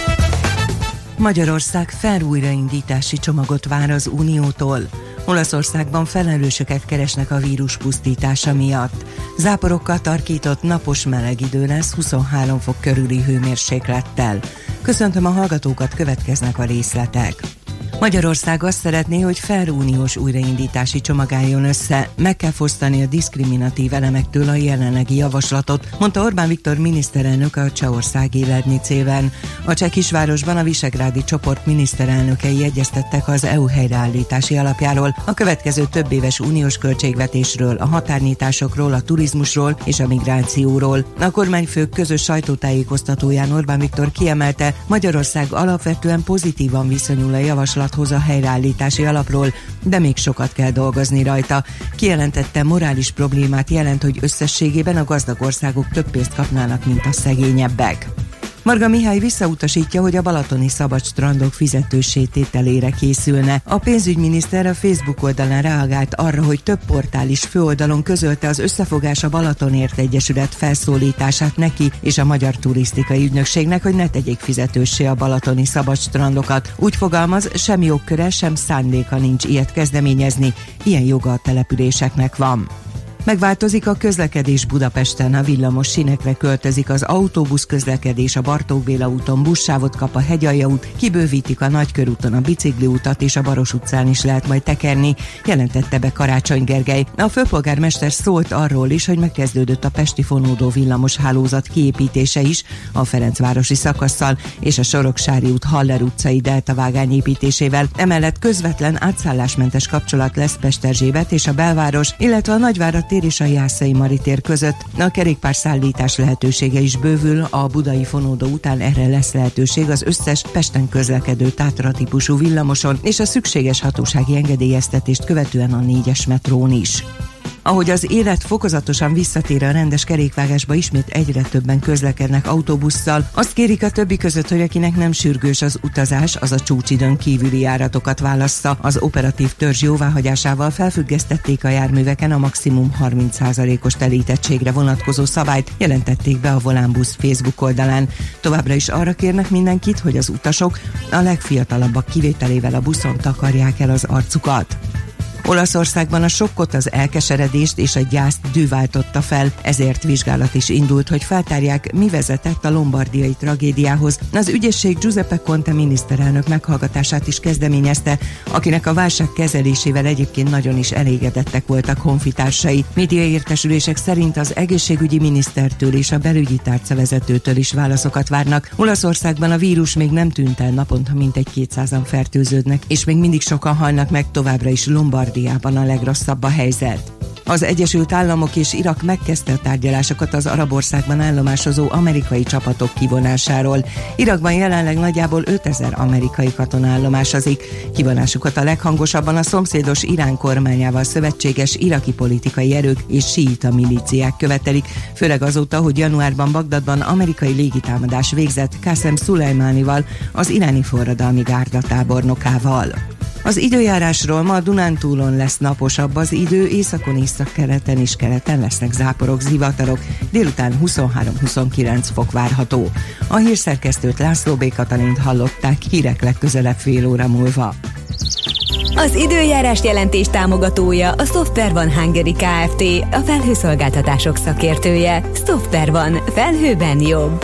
Magyarország felújraindítási csomagot vár az Uniótól. Olaszországban felelősöket keresnek a vírus pusztítása miatt. Záporokkal tarkított napos meleg idő lesz 23 fok körüli hőmérséklettel. Köszöntöm a hallgatókat, következnek a részletek. Magyarország azt szeretné, hogy feluniós újraindítási csomag álljon össze. Meg kell fosztani a diszkriminatív elemektől a jelenlegi javaslatot, mondta Orbán Viktor miniszterelnök a csehországi Lednicében. A cseh kisvárosban a visegrádi csoport miniszterelnökei egyeztettek az EU helyreállítási alapjáról, a következő több éves uniós költségvetésről, a határnyitásokról, a turizmusról és a migrációról. A kormányfők közös sajtótájékoztatóján Orbán Viktor kiemelte, Magyarország alapvetően pozitívan viszonyul a javaslathoz a helyreállítási alapról, de még sokat kell dolgozni rajta. Kijelentette, morális problémát jelent, hogy összességében a gazdag országok több pénzt kapnának, mint a szegényebbek. Marga Mihály visszautasítja, hogy a balatoni szabad strandok fizetőssé tételére készülne. A pénzügyminiszter a Facebook oldalán reagált arra, hogy több portál is főoldalon közölte az Összefogás a Balatonért Egyesület felszólítását neki és a Magyar Turisztikai Ügynökségnek, hogy ne tegyék fizetőssé a balatoni szabad strandokat. Úgy fogalmaz, sem jogköre, sem szándéka nincs ilyet kezdeményezni, ilyen joga a településeknek van. Megváltozik a közlekedés Budapesten, a villamos sínekre költözik az autóbusz közlekedés, a Bartók Béla úton buszsávot kap a Hegyalja út, kibővítik a Nagykörúton a bicikliutat és a Baros utcán is lehet majd tekerni, jelentette be Karácsony Gergely. A főpolgármester szólt arról is, hogy megkezdődött a pesti fonódó villamos hálózat kiépítése is a Ferencvárosi szakasszal és a Soroksári út Haller utcai deltavágány építésével. Emellett közvetlen átszállásmentes kapcsolat lesz Pesterzsébet és a belváros, illetve a Nagyvárad tér és a Jászai Mari tér között. A kerékpárszállítás lehetősége is bővül, a budai fonódó után erre lesz lehetőség az összes Pesten közlekedő Tátra típusú villamoson és a szükséges hatósági engedélyeztetést követően a 4-es metrón is. Ahogy az élet fokozatosan visszatér a rendes kerékvágásba, ismét egyre többen közlekednek autóbusszal. Azt kérik a többi között, hogy akinek nem sürgős az utazás, az a csúcsidőn kívüli járatokat válassza. Az operatív törzs jóváhagyásával felfüggesztették a járműveken a maximum 30%-os telítettségre vonatkozó szabályt, jelentették be a Volánbusz Facebook oldalán. Továbbra is arra kérnek mindenkit, hogy az utasok a legfiatalabbak kivételével a buszon takarják el az arcukat. Olaszországban a sokkot, az elkeseredést és a gyászt dű váltotta fel, ezért vizsgálat is indult, hogy feltárják, mi vezetett a lombardiai tragédiához. Az ügyészség Giuseppe Conte miniszterelnök meghallgatását is kezdeményezte, akinek a válság kezelésével egyébként nagyon is elégedettek voltak honfitársai. Média értesülések szerint az egészségügyi minisztertől és a belügyi tárcavezetőtől is válaszokat várnak. Olaszországban a vírus még nem tűnt el, naponta mintegy 200-an fertőződnek, és még mindig sokan halnak meg, továbbra is Lombardiában a legrosszabb a helyzet. Az Egyesült Államok és Irak megkezdte a tárgyalásokat az arab országban állomásozó amerikai csapatok kivonásáról. Irakban jelenleg nagyjából 5000 amerikai katona állomásozik. Kivonásukat a leghangosabban a szomszédos Irán kormányával szövetséges iraki politikai erők és síita milíciák követelik, főleg azóta, hogy januárban Bagdadban amerikai légitámadás végzett Qasem Szulejmánival, az iráni forradalmi gárda tábornokával. Az időjárásról: ma a Dunántúlon lesz naposabb az idő, északon, északkeleten és keleten lesznek záporok, zivatarok, délután 23-29 fok várható. A hírszerkesztőt, László B. Katalint hallották, hírek legközelebb fél óra múlva. Az időjárás jelentés támogatója a Software One Hungary Kft., a felhőszolgáltatások szakértője. Software One. Felhőben jobb.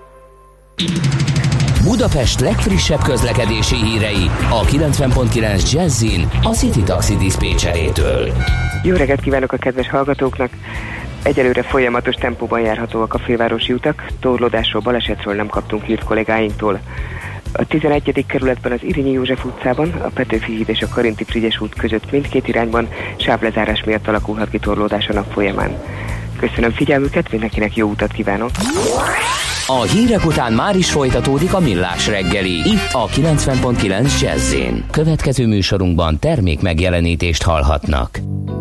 Budapest legfrissebb közlekedési hírei a 90.9 Jazzin a City Taxi diszpécserétől. Jó reggelt kívánok a kedves hallgatóknak! Egyelőre folyamatos tempóban járhatóak a fővárosi utak, torlódásról, balesetről nem kaptunk hírt kollégáinktól. A 11. kerületben az Irényi József utcában, a Petőfi híd és a Karinti Frigyes út között mindkét irányban sávlezárás miatt alakulhat ki torlódás a nap folyamán. Köszönöm figyelmüket, mindenkinek jó utat kívánok! A hírek után már is folytatódik a Millás reggeli, itt a 90.9 Jazz-én. Következő műsorunkban termék megjelenítést hallhatnak.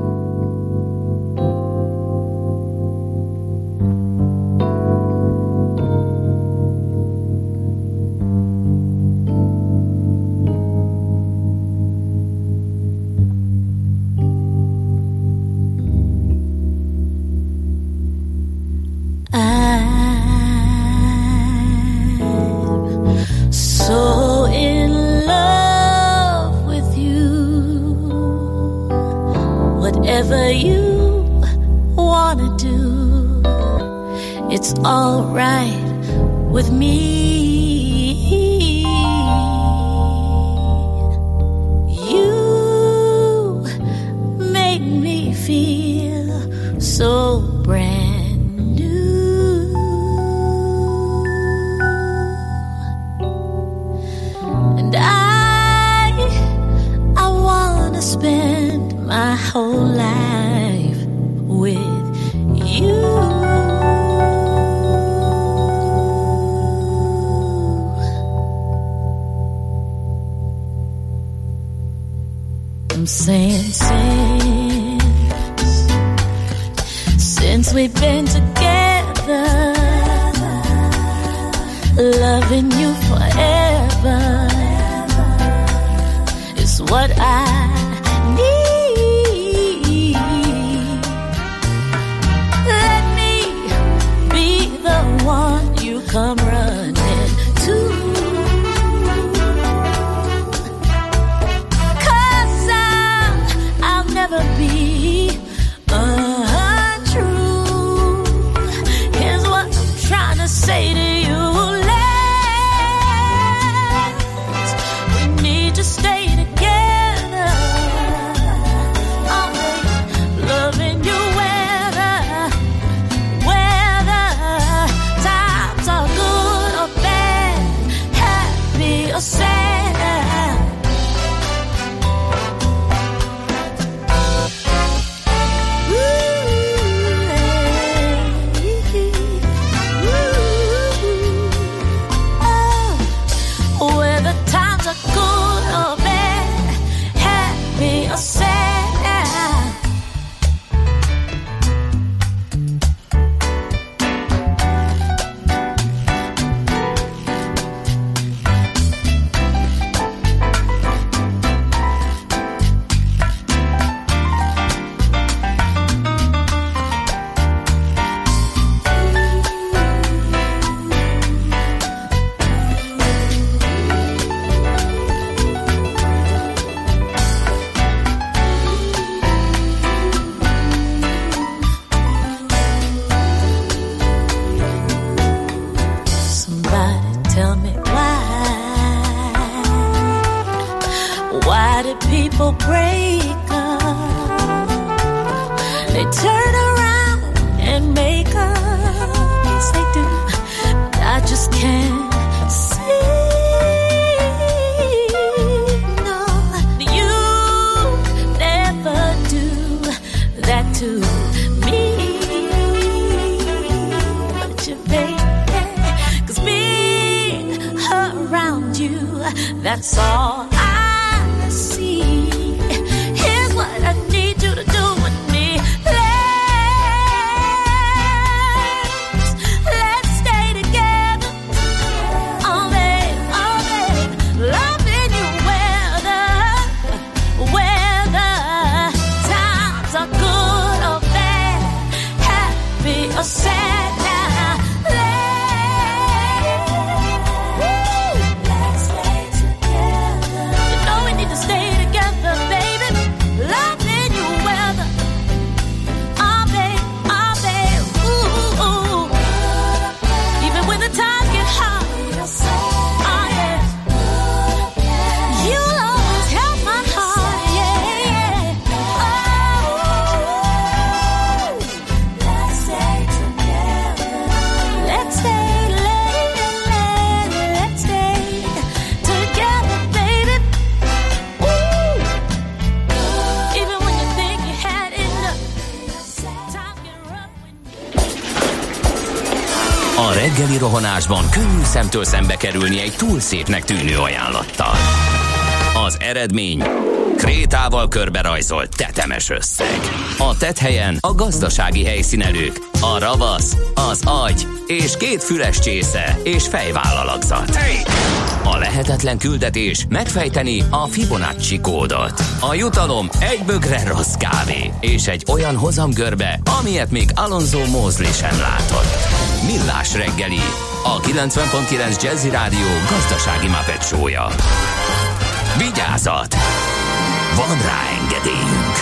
Since we've been together, loving you forever is what I need. Let me be the one you come running to, 'cause I'll never be say to you, let's, we need to stay together, always loving you whether times are good or bad, happy or sad. That's all I see. Here's what I need you to do with me. Let's stay together. Always, loving you whether times are good or bad, happy or sad. Let's stay together. reggeli rohanásban könnyű szemtől szembe kerülni egy túl szépnek tűnő ajánlattal. Az eredmény krétával körberajzolt tetemes összeg. A tetthelyen a gazdasági helyszínelők, a ravasz, az agy és 2 füles csésze és fejvállalakzat. A lehetetlen küldetés megfejteni a Fibonacci kódot. A jutalom egy bögre rossz kávé és egy olyan hozamgörbe, amilyet még Alonso Mosley sem látott. Millás reggeli, a 90.9 Jazzy Rádió gazdasági Muppet show-ja. Vigyázat! Van rá engedélyünk!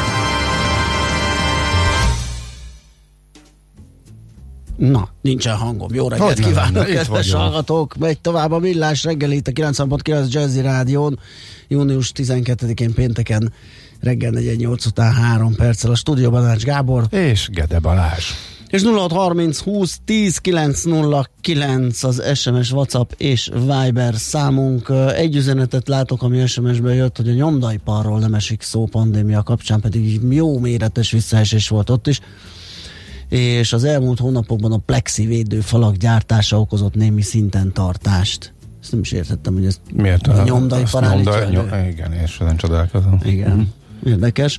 Na, nincsen hangom. Jó reggelt kívánok, kedves hallgatók! Megy tovább a Millás reggeli itt a 90.9 Jazzy Rádión. Június 12-én pénteken reggel 4:08 után 3 perccel a stúdióban Ács Gábor és Gede Balázs. És 0630 20 10 909 az SMS, WhatsApp és Viber számunk. Egy üzenetet látok, ami SMS-ben jött, hogy a nyomdaiparról nem esik szó pandémia kapcsán, pedig jó méretes visszaesés volt ott is. És az elmúlt hónapokban a plexi védőfalak gyártása okozott némi szinten tartást. Ezt nem is értettem, hogy ezt miért a nyomdaipar állítja. Igen, és ezen csodálkozom. Igen, érdekes.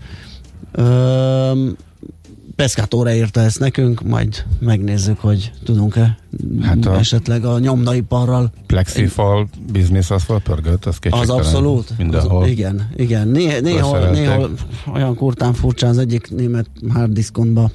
Pescatóra írta ezt nekünk, majd megnézzük, hogy tudunk-e esetleg a nyomdaiparral. Plexifal biznisz az felpörgött, az kétségtelen. Az abszolút. Mindenhol. Az, igen. Néhol olyan kurtán furcsán az egyik német harddiskontba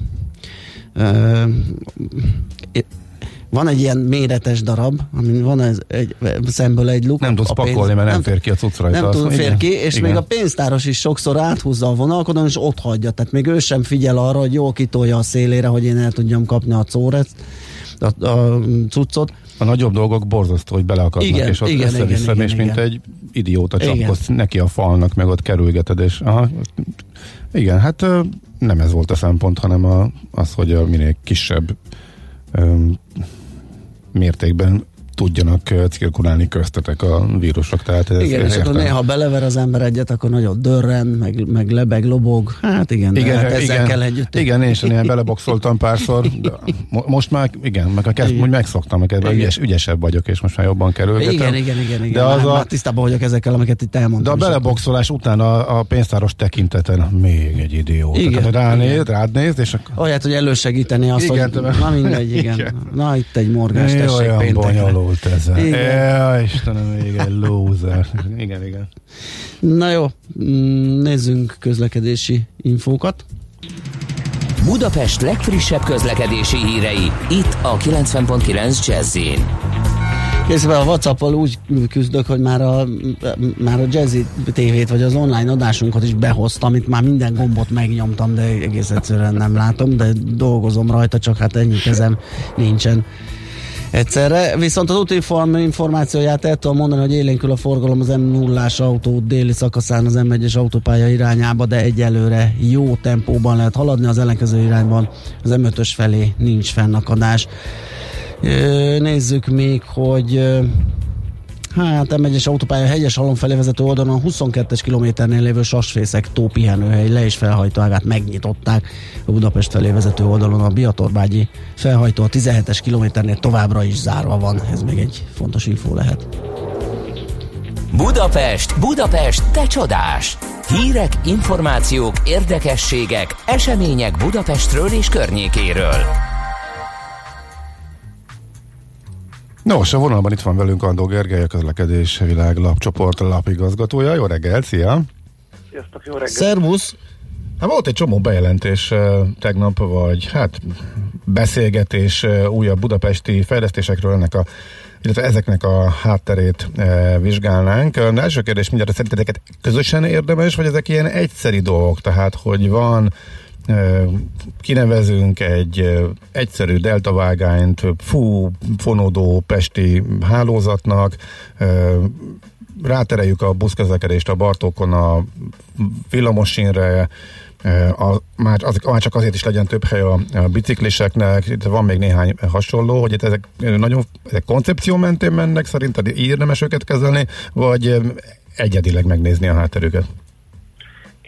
van egy ilyen méretes darab, amin van szemből egy luk. Nem tudsz pakolni, mert nem fér ki a cucc rajta. Nem tud fér ki, és igen. Még a pénztáros is sokszor áthúzza a vonalkodón, és ott hagyja. Tehát még ő sem figyel arra, hogy jól kitolja a szélére, hogy én el tudjam kapni a córet, a cuccot. A nagyobb dolgok borzasztó, hogy beleakadnak, igen, és ott össze-vissza, és mint egy idióta csapkodsz neki a falnak, meg ott kerülgeted, és igen, hát nem ez volt a szempont, hanem az, hogy a minél kisebb mértékben tudjanak cirkulálni köztetek a vírusok. Tehát igen, és akkor néha belever az ember egyet, akkor nagyon dörren, meg lebeg, lobog. Hát igen, ezzel kell együtt. Igen, én sem ilyen beleboxoltam párszor. Most már, igen, úgy megszoktam, ügyesebb vagyok, és most már jobban kerülgetem. Igen. De már tisztában vagyok ezekkel, amiket itt elmondtam. De a beleboxolás után a pénztáros tekinteten még egy idiót. Rád néz, és akkor... Olyat, hogy elősegíteni azt, hogy na mindegy, igen. Na itt egy morgás, tessék péntekre. Ez. Istenem, még egy lózer. Igen. Na jó, nézzünk közlekedési infókat. Budapest legfrissebb közlekedési hírei, itt a 90.9 Jazz-in. Készben a WhatsApp-al úgy küzdök, hogy már a Jazzy TV-t, vagy az online adásunkat is behoztam, itt már minden gombot megnyomtam, de egész egyszerűen nem látom, de dolgozom rajta, csak hát ennyi kezem nincsen egyszerre. Viszont az útinform információját el tudom mondani, hogy élénkül a forgalom az M0-ás autó déli szakaszán az M1-es autópálya irányába, de egyelőre jó tempóban lehet haladni, az ellenkező irányban az M5-ös felé nincs fennakadás. Nézzük még, hogy M1-es autópálya Hegyeshalom felé vezető oldalon a 22-es kilométernél lévő Sasfészek tó pihenőhely le- és felhajtóágát megnyitották. A Budapest felé vezető oldalon a Biatorbágyi felhajtó a 17-es kilométernél továbbra is zárva van. Ez még egy fontos infó lehet. Budapest, te csodás! Hírek, információk, érdekességek, események Budapestről és környékéről. Nos, a vonalban itt van velünk Andó Gergely, a Közlekedés Világ lapcsoport lapigazgatója. Jó reggelt, szia! Sziasztok, jó reggelt! Szervusz! Hát volt egy csomó bejelentés tegnap, vagy beszélgetés újabb budapesti fejlesztésekről, illetve ezeknek a hátterét vizsgálnánk. Az első kérdés mindjárt, szerintetek közösen érdemes, vagy ezek ilyen egyszeri dolgok? Tehát, hogy van kinevezünk egy egyszerű deltavágányt fonódó pesti hálózatnak, rátereljük a buszközlekedést a Bartókon a villamosínre, már csak azért is legyen több hely a bicikliseknek, itt van még néhány hasonló, hogy itt ezek koncepció mentén mennek, szerinted érdemes őket kezelni, vagy egyedileg megnézni a hátterüket?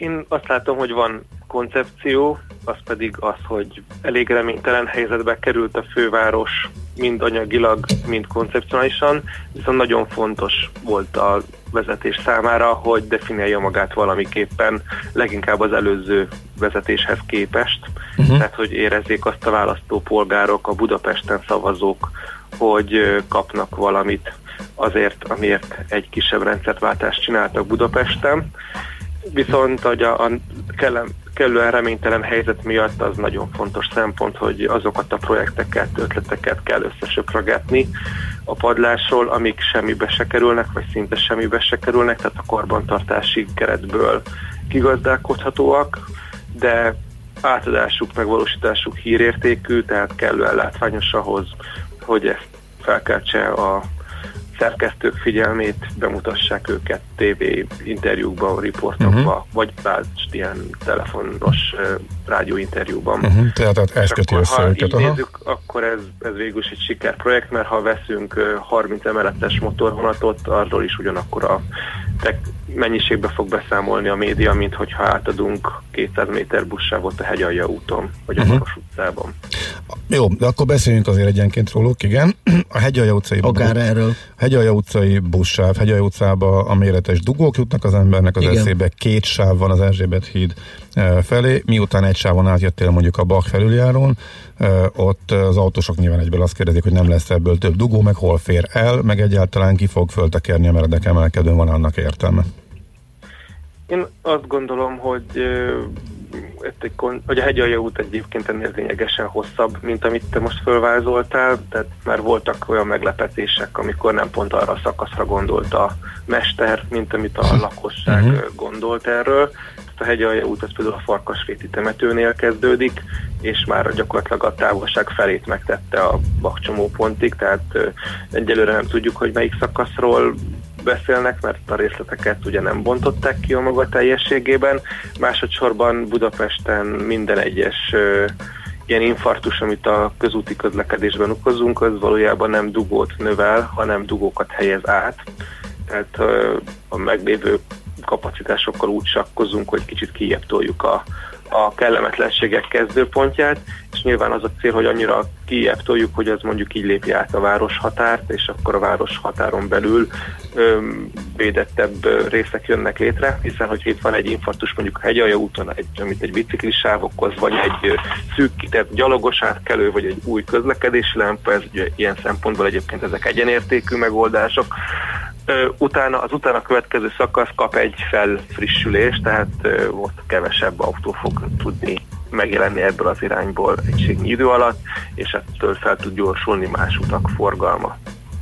Én azt látom, hogy van koncepció, az pedig az, hogy elég reménytelen helyzetbe került a főváros, mind anyagilag, mind koncepcionálisan, viszont nagyon fontos volt a vezetés számára, hogy definiálja magát valamiképpen, leginkább az előző vezetéshez képest, tehát hogy érezzék azt a választópolgárok, a Budapesten szavazók, hogy kapnak valamit azért, amiért egy kisebb rendszerváltást csináltak Budapesten. Viszont hogy a kellően reménytelen helyzet miatt az nagyon fontos szempont, hogy azokat a projekteket, ötleteket kell összesöprögetni a padlásról, amik semmibe se kerülnek, vagy szinte semmibe se kerülnek, tehát a karbantartási keretből kigazdálkodhatóak, de átadásuk, megvalósításuk hírértékű, tehát kellően látványos ahhoz, hogy ezt felkeltse a szerkesztők figyelmét, bemutassák őket TV interjúkban, riportokban, vagy ilyen telefonos rádióinterjúban. Tehát ezt köti össze őket. Ha így nézzük, akkor ez végül is egy sikerprojekt, mert ha veszünk 30 emeletes motorvonatot, arról is ugyanakkor a mennyiségbe fog beszámolni a média, mint hogyha átadunk 200 méter buszsávot a Hegyalja úton, vagy a Maros utcában. Jó, de akkor beszéljünk azért egyenként róluk, igen. A Hegyalja utcai Hegyalja utcai buszsáv, Hegyalja utcába a méretes dugók jutnak az embernek az eszébe, 2 sáv van az Erzsébet híd felé, miután egy sávon átjöttél mondjuk a Bach felüljárón, ott az autósok nyilván egyből azt kérdezik, hogy nem lesz ebből több dugó, meg hol fér el, meg egyáltalán ki fog föltekerni a meredek emelkedőn, van annak értelme. Én azt gondolom, hogy a Hegyalja út egyébként ennél lényegesen hosszabb, mint amit te most fölvázoltál, tehát már voltak olyan meglepetések, amikor nem pont arra a szakaszra gondolt a mester, mint amit a lakosság gondolt erről. A Hegyalja út az például a Farkasréti temetőnél kezdődik, és már gyakorlatilag a távolság felét megtette a bakcsomópontig, tehát egyelőre nem tudjuk, hogy melyik szakaszról beszélnek, mert a részleteket ugye nem bontották ki a maga teljességében. Másodszorban Budapesten minden egyes ilyen infarktus, amit a közúti közlekedésben okozunk, az valójában nem dugót növel, hanem dugókat helyez át. Tehát a meglévő kapacitásokkal úgy sakkozunk, hogy kicsit kijjebb toljuk a kellemetlenségek kezdőpontját, és nyilván az a cél, hogy annyira kijjebb toljuk, hogy az mondjuk így lépje át a városhatárt, és akkor a városhatáron belül védettebb részek jönnek létre, hiszen hogyha itt van egy infarktus mondjuk a Hegyalja úton, amit egy biciklisáv okoz, vagy egy szűkített gyalogos átkelő, vagy egy új közlekedési lámpa, ez ugye ilyen szempontból egyébként ezek egyenértékű megoldások. Az utána következő szakasz kap egy felfrissülést, tehát ott kevesebb autó fog tudni megjelenni ebből az irányból egységnyi idő alatt, és ettől fel tud gyorsulni más utak forgalma.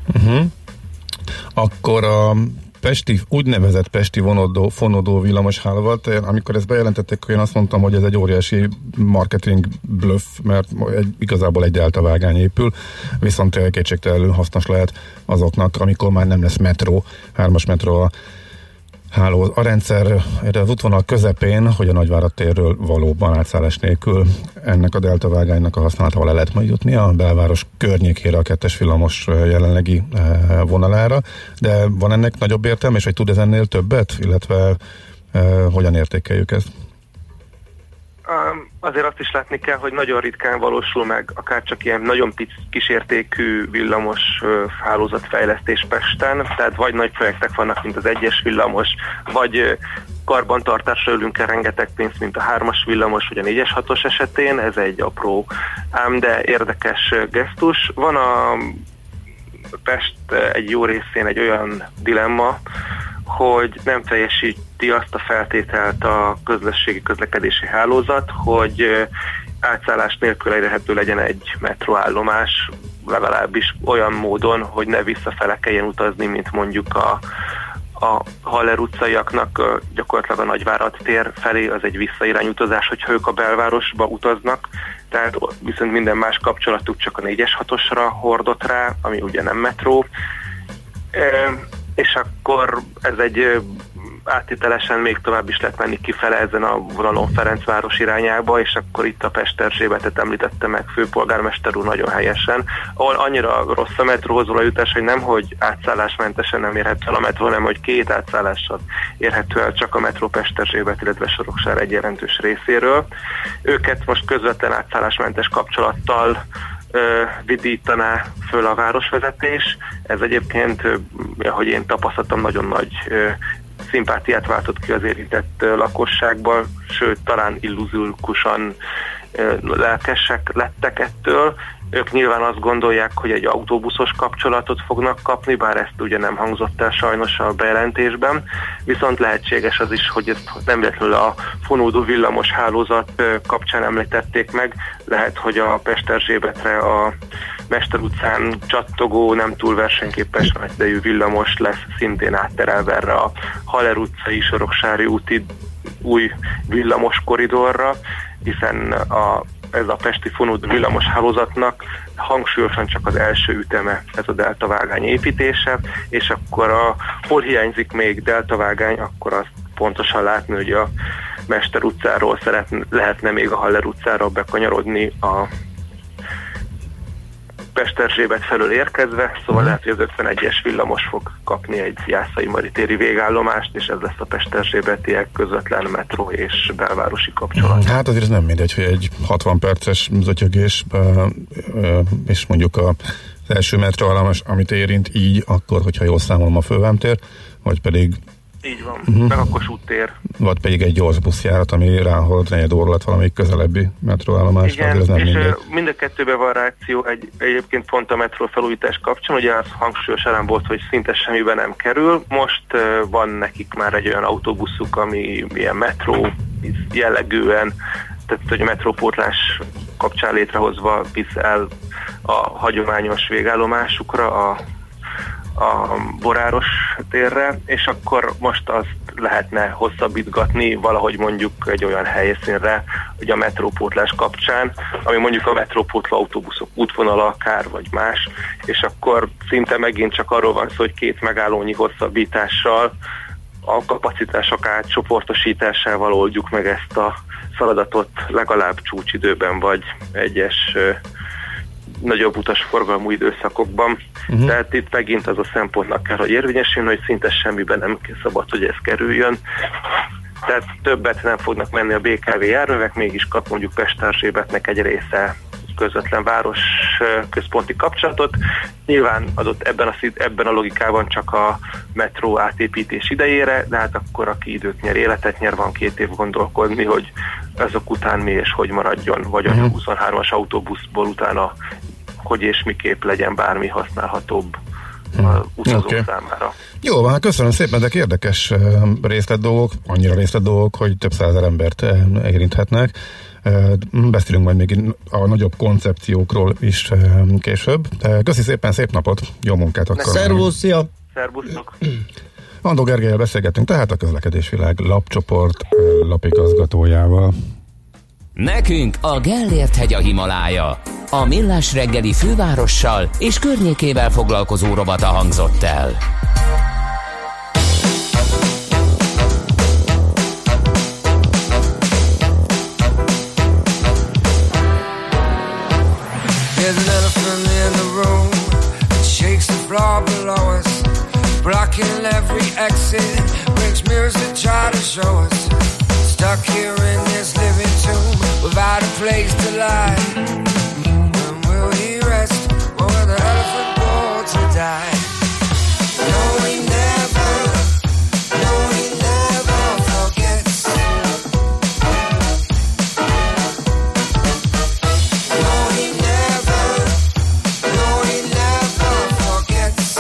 Akkor a úgynevezett pesti fonódó villamoshálóval, amikor ezt bejelentették, akkor én azt mondtam, hogy ez egy óriási marketing bluff, mert igazából egy deltavágány épül, viszont kétségtelenül hasznos lehet azoknak, amikor már nem lesz metró, 3-as metró a rendszer az útvonal közepén, hogy a Nagyvárad térről valóban átszállás nélkül ennek a deltavágánynak a használatával le lehet majd jutni a belváros környékére, a 2-es villamos jelenlegi vonalára, de van ennek nagyobb értelme, és hogy tud ez ennél többet, illetve hogyan értékeljük ezt? Azért azt is látni kell, hogy nagyon ritkán valósul meg akár csak ilyen nagyon kísértékű villamos hálózatfejlesztés Pesten, tehát vagy nagy projektek vannak, mint az 1-es villamos, vagy karbantartásra ölünk el rengeteg pénzt, mint a 3-as villamos, vagy a 4-es 6-os esetén, ez egy apró, ám de érdekes gesztus. Van a Pest egy jó részén egy olyan dilemma, hogy nem teljesíti azt a feltételt a közlekedési hálózat, hogy átszállás nélkül elérhető legyen egy metróállomás, legalábbis olyan módon, hogy ne visszafele kelljen utazni, mint mondjuk a Haller utcaiaknak gyakorlatilag a Nagyvárad tér felé, az egy visszairányú utazás, hogyha ők a belvárosba utaznak, tehát viszont minden más kapcsolatuk csak a 4-es 6-osra hordott rá, ami ugye nem metró, és akkor ez egy áttételesen még tovább is lehet menni kifele ezen a vonalon Ferencváros irányába, és akkor itt a Pest-Erzsébetet említette meg főpolgármester úr nagyon helyesen, ahol annyira rossz a metróhoz való jutás, hogy nem, hogy átszállásmentesen nem érhető el a metró, hanem hogy 2 átszállással érhető el csak a metró Pest-Erzsébet, illetve Soroksár egy jelentős részéről. Őket most közvetlen átszállásmentes kapcsolattal vidítaná föl a városvezetés. Ez egyébként, ahogy én tapasztaltam, nagyon nagy szimpátiát váltott ki az érintett lakosságban, sőt, talán illuzórikusan lelkesek lettek ettől. Ők nyilván azt gondolják, hogy egy autóbuszos kapcsolatot fognak kapni, bár ezt ugye nem hangzott el sajnos a bejelentésben, viszont lehetséges az is, hogy ezt nem véletlenül a fonódó villamos hálózat kapcsán említették meg, lehet, hogy a Pest-Erzsébetre a Mester utcán csattogó, nem túl versenyképes nagyidejű villamos lesz szintén átterelve erre a Haller utcai, Soroksári úti új villamos koridorra, hiszen ez a pesti fonódó villamos hálózatnak hangsúlyosan csak az első üteme ez a deltavágány építése, és akkor hol hiányzik még deltavágány, akkor azt pontosan látni, hogy a Mester utcáról lehetne még a Haller utcára bekanyarodni a Pest-Erzsébet felől érkezve, szóval lehet, hogy az 51-es villamos fog kapni egy Jászai Mari téri végállomást, és ez lesz a Pest-Erzsébetiek közvetlen metró és belvárosi kapcsolat. Hát azért ez nem mindegy, hogy egy 60 perces zötyögés, és mondjuk az első metróállomás, amit érint így, akkor, hogyha jól számolom a Fővámtér, vagy pedig így van, meg a Kossuth tér. Vagy pedig egy gyors buszjárat, ami ráhol negyed óra alatt valamelyik közelebbi metróállomás. Igen, és mind a kettőben van reakció, egyébként pont a metró felújítás kapcsán, ugye az hangsúlyos elem volt, hogy szinte semmiben nem kerül. Most van nekik már egy olyan autóbuszuk, ami ilyen metró jellegűen, tehát hogy a metrópótlás kapcsán létrehozva visz el a hagyományos végállomásukra, a Boráros térre, és akkor most azt lehetne hosszabbítgatni valahogy mondjuk egy olyan helyszínre, hogy a metrópótlás kapcsán, ami mondjuk a metrópótló autóbuszok útvonala akár, vagy más, és akkor szinte megint csak arról van szó, hogy 2 megállónyi hosszabbítással, a kapacitások átcsoportosításával oldjuk meg ezt a feladatot legalább csúcsidőben, vagy egyes nagyobb utasforgalmú időszakokban. Tehát itt megint az a szempontnak kell, hogy érvényesüljön, hogy szinte semmiben nem szabad, hogy ez kerüljön. Tehát többet nem fognak menni a BKV járművek, mégis kap mondjuk Pest-Erzsébetnek egy része közvetlen város központi kapcsolatot. Nyilván adott ebben a logikában csak a metró átépítés idejére, de hát akkor aki időt nyer, életet nyer, van 2 év gondolkodni, hogy azok után mi és hogy maradjon, vagy a 23-as autóbuszból utána hogy és miképp legyen bármi használhatóbb utazók számára. Jó, hát köszönöm szépen, de érdekes részletdolgok, annyira részletdolgok, hogy több százezer embert érinthetnek. Beszélünk majd még a nagyobb koncepciókról is később. Köszi szépen, szép napot, jó munkát akkor. Szervusz, szia! Szervusztok! Andó Gergellyel beszélgettünk, tehát a Közlekedésvilág lapcsoport lapigazgatójával. Nekünk a Gellért-hegy a Himalája. A Millás reggeli fővárossal és környékével foglalkozó rovata hangzott el. There's an elephant in the room that shakes the floor below us, blocking every exit, brings mirrors to try to show us. Stuck here in this living tomb without a place to lie. When will he rest? Or will the elephant go to die? No, he never forgets. No, he never forgets.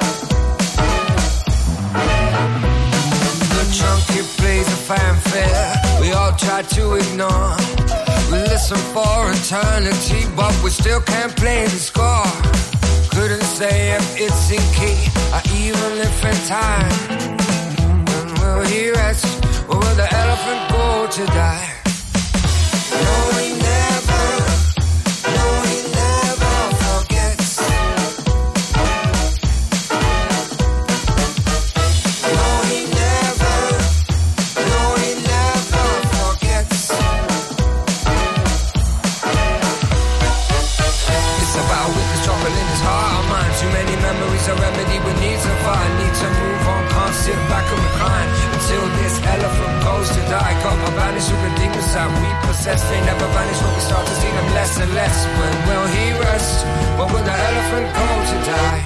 The junkie plays a fanfare we all try to ignore. We listen for eternity, but we still can't play the score. Couldn't say if it's in key or even if in time. When will he rest? Or will the elephant go to die? No, he never forgets. No, he never me with needs of I need to move on, can't sit back and recline until this elephant goes to die. Got my vanish with the demons that we possess. They never vanish when we start to see them less and less. When will he rest? When will the elephant go to die?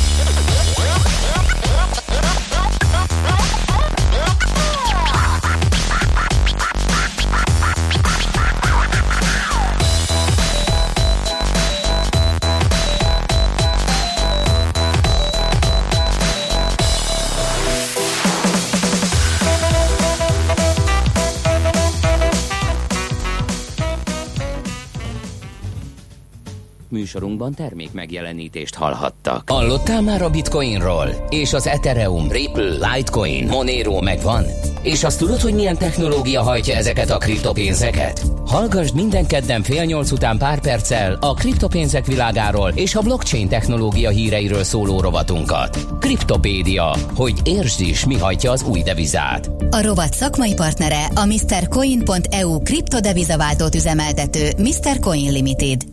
Műsorunkban termék megjelenítést hallhattak. Hallottál már a Bitcoinról? És az Ethereum, Ripple, Litecoin, Monero megvan? És azt tudod, hogy milyen technológia hajtja ezeket a kriptopénzeket? Hallgasd minden kedden 7:30 után pár perccel a kriptopénzek világáról és a blockchain technológia híreiről szóló rovatunkat. Kriptopédia, hogy értsd is, mi hajtja az új devizát. A rovat szakmai partnere a MrCoin.eu kriptodevizaváltót üzemeltető Mr. Coin Limited.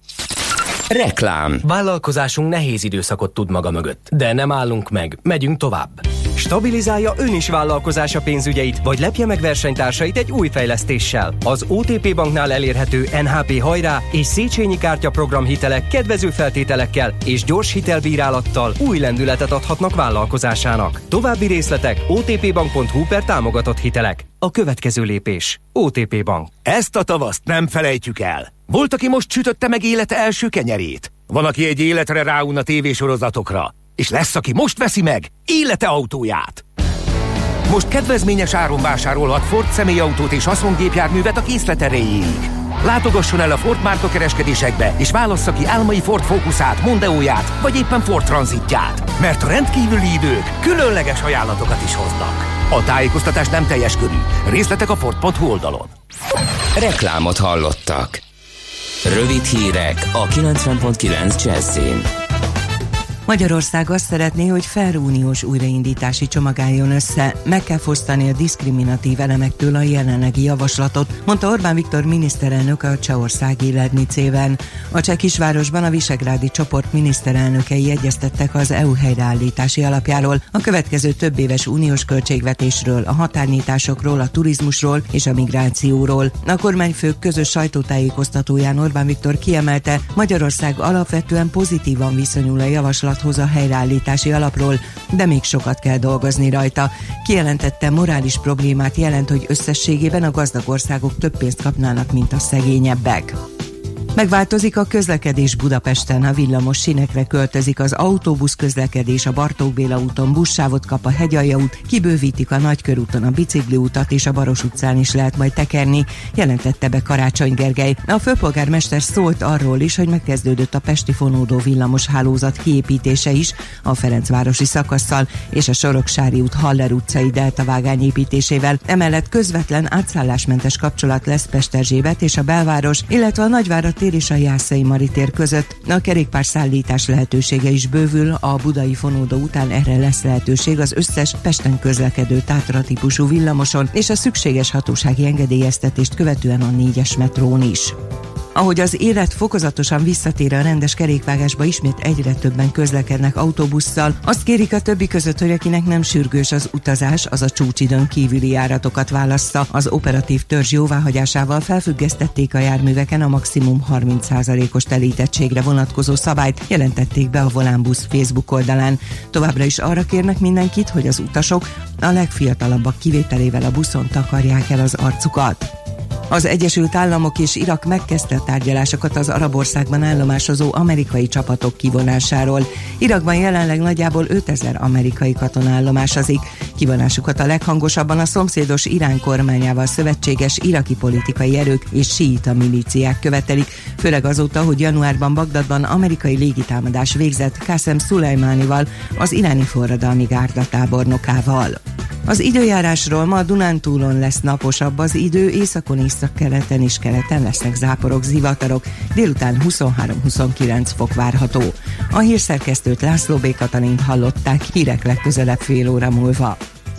Reklám. Vállalkozásunk nehéz időszakot tud maga mögött, de nem állunk meg, megyünk tovább. Stabilizálja ön is vállalkozása pénzügyeit, vagy lepje meg versenytársait egy új fejlesztéssel. Az OTP Banknál elérhető NHP Hajrá és Széchenyi Kártya program hitelek kedvező feltételekkel és gyors hitelbírálattal új lendületet adhatnak vállalkozásának. További részletek otpbank.hu/támogatott hitelek. A következő lépés. OTP Bank. Ezt a tavaszt nem felejtjük el. Volt, aki most sütötte meg élete első kenyerét. Van, aki egy életre ráun a tévésorozatokra. És lesz, aki most veszi meg élete autóját. Most kedvezményes áron vásárolhat Ford személyautót és haszongépjárművet a készlet erejéig. Látogasson el a Ford márka kereskedésekbe, és válassza ki álmai Ford Focusát, Mondeóját, vagy éppen Ford Transitját. Mert a rendkívüli idők különleges ajánlatokat is hoznak. A tájékoztatás nem teljes körű. Részletek a Ford.hu oldalon. Reklámot hallottak. Rövid hírek a 90.9 Jazzin. Magyarország azt szeretné, hogy fair uniós újraindítási csomag álljon össze. Meg kell fosztani a diszkriminatív elemektől a jelenlegi javaslatot, mondta Orbán Viktor miniszterelnök a csehországi Lednicében. A cseh kisvárosban a visegrádi csoport miniszterelnökei egyeztettek az EU helyreállítási alapjáról, a következő több éves uniós költségvetésről, a határnyitásokról, a turizmusról és a migrációról. A kormányfők közös sajtótájékoztatóján Orbán Viktor kiemelte, Magyarország alapvetően pozitívan viszonyul a javaslat a helyreállítási alapról, de még sokat kell dolgozni rajta. Kijelentette, morális problémát jelent, hogy összességében a gazdag országok több pénzt kapnának, mint a szegényebbek. Megváltozik a közlekedés Budapesten, a villamos sínekre költözik az autóbusz közlekedés, a Bartók Béla úton buszsávot kap a Hegyalja út, kibővítik a Nagykörúton a bicikliutat, és a Baros utcán is lehet majd tekerni, jelentette be Karácsony Gergely. A főpolgármester szólt arról is, hogy megkezdődött a pesti fonódó villamos hálózat kiépítése is a Ferencvárosi szakasszal és a Soroksári út Haller utcai deltavágány építésével. Emellett közvetlen átszállásmentes kapcsolat lesz Pesterzsébet és a belváros, illetve a Nagyvárad tér és a Jászai Mari tér között. A kerékpárszállítás lehetősége is bővül, a budai fonódó után erre lesz lehetőség az összes Pesten közlekedő Tátra típusú villamoson, és a szükséges hatósági engedélyeztetést követően a 4-es metrón is. Ahogy az élet fokozatosan visszatér a rendes kerékvágásba, ismét egyre többen közlekednek autóbusszal. Azt kérik a többi között, hogy akinek nem sürgős az utazás, az a csúcsidőn kívüli járatokat válassza. Az operatív törzs jóváhagyásával felfüggesztették a járműveken a maximum 30%-os telítettségre vonatkozó szabályt, jelentették be a Volánbusz Facebook oldalán. Továbbra is arra kérnek mindenkit, hogy az utasok a legfiatalabbak kivételével a buszon takarják el az arcukat. Az Egyesült Államok és Irak megkezdte a tárgyalásokat az arab országban állomásozó amerikai csapatok kivonásáról. Irakban jelenleg nagyjából 5000 amerikai katona állomásozik. Kivonásukat a leghangosabban a szomszédos Irán kormányával szövetséges iraki politikai erők és síita milíciák követelik, főleg azóta, hogy januárban Bagdadban amerikai légitámadás végzett Qasem Szulejmánival, az iráni forradalmi gárda tábornokával. Az időjárásról: ma a Dunántúlon lesz naposabb az idő, északon, északkeleten és keleten lesznek záporok, zivatarok, délután 23-29 fok várható. A hírszerkesztőt, László B. Katalint hallották, hírek legközelebb fél óra múlva.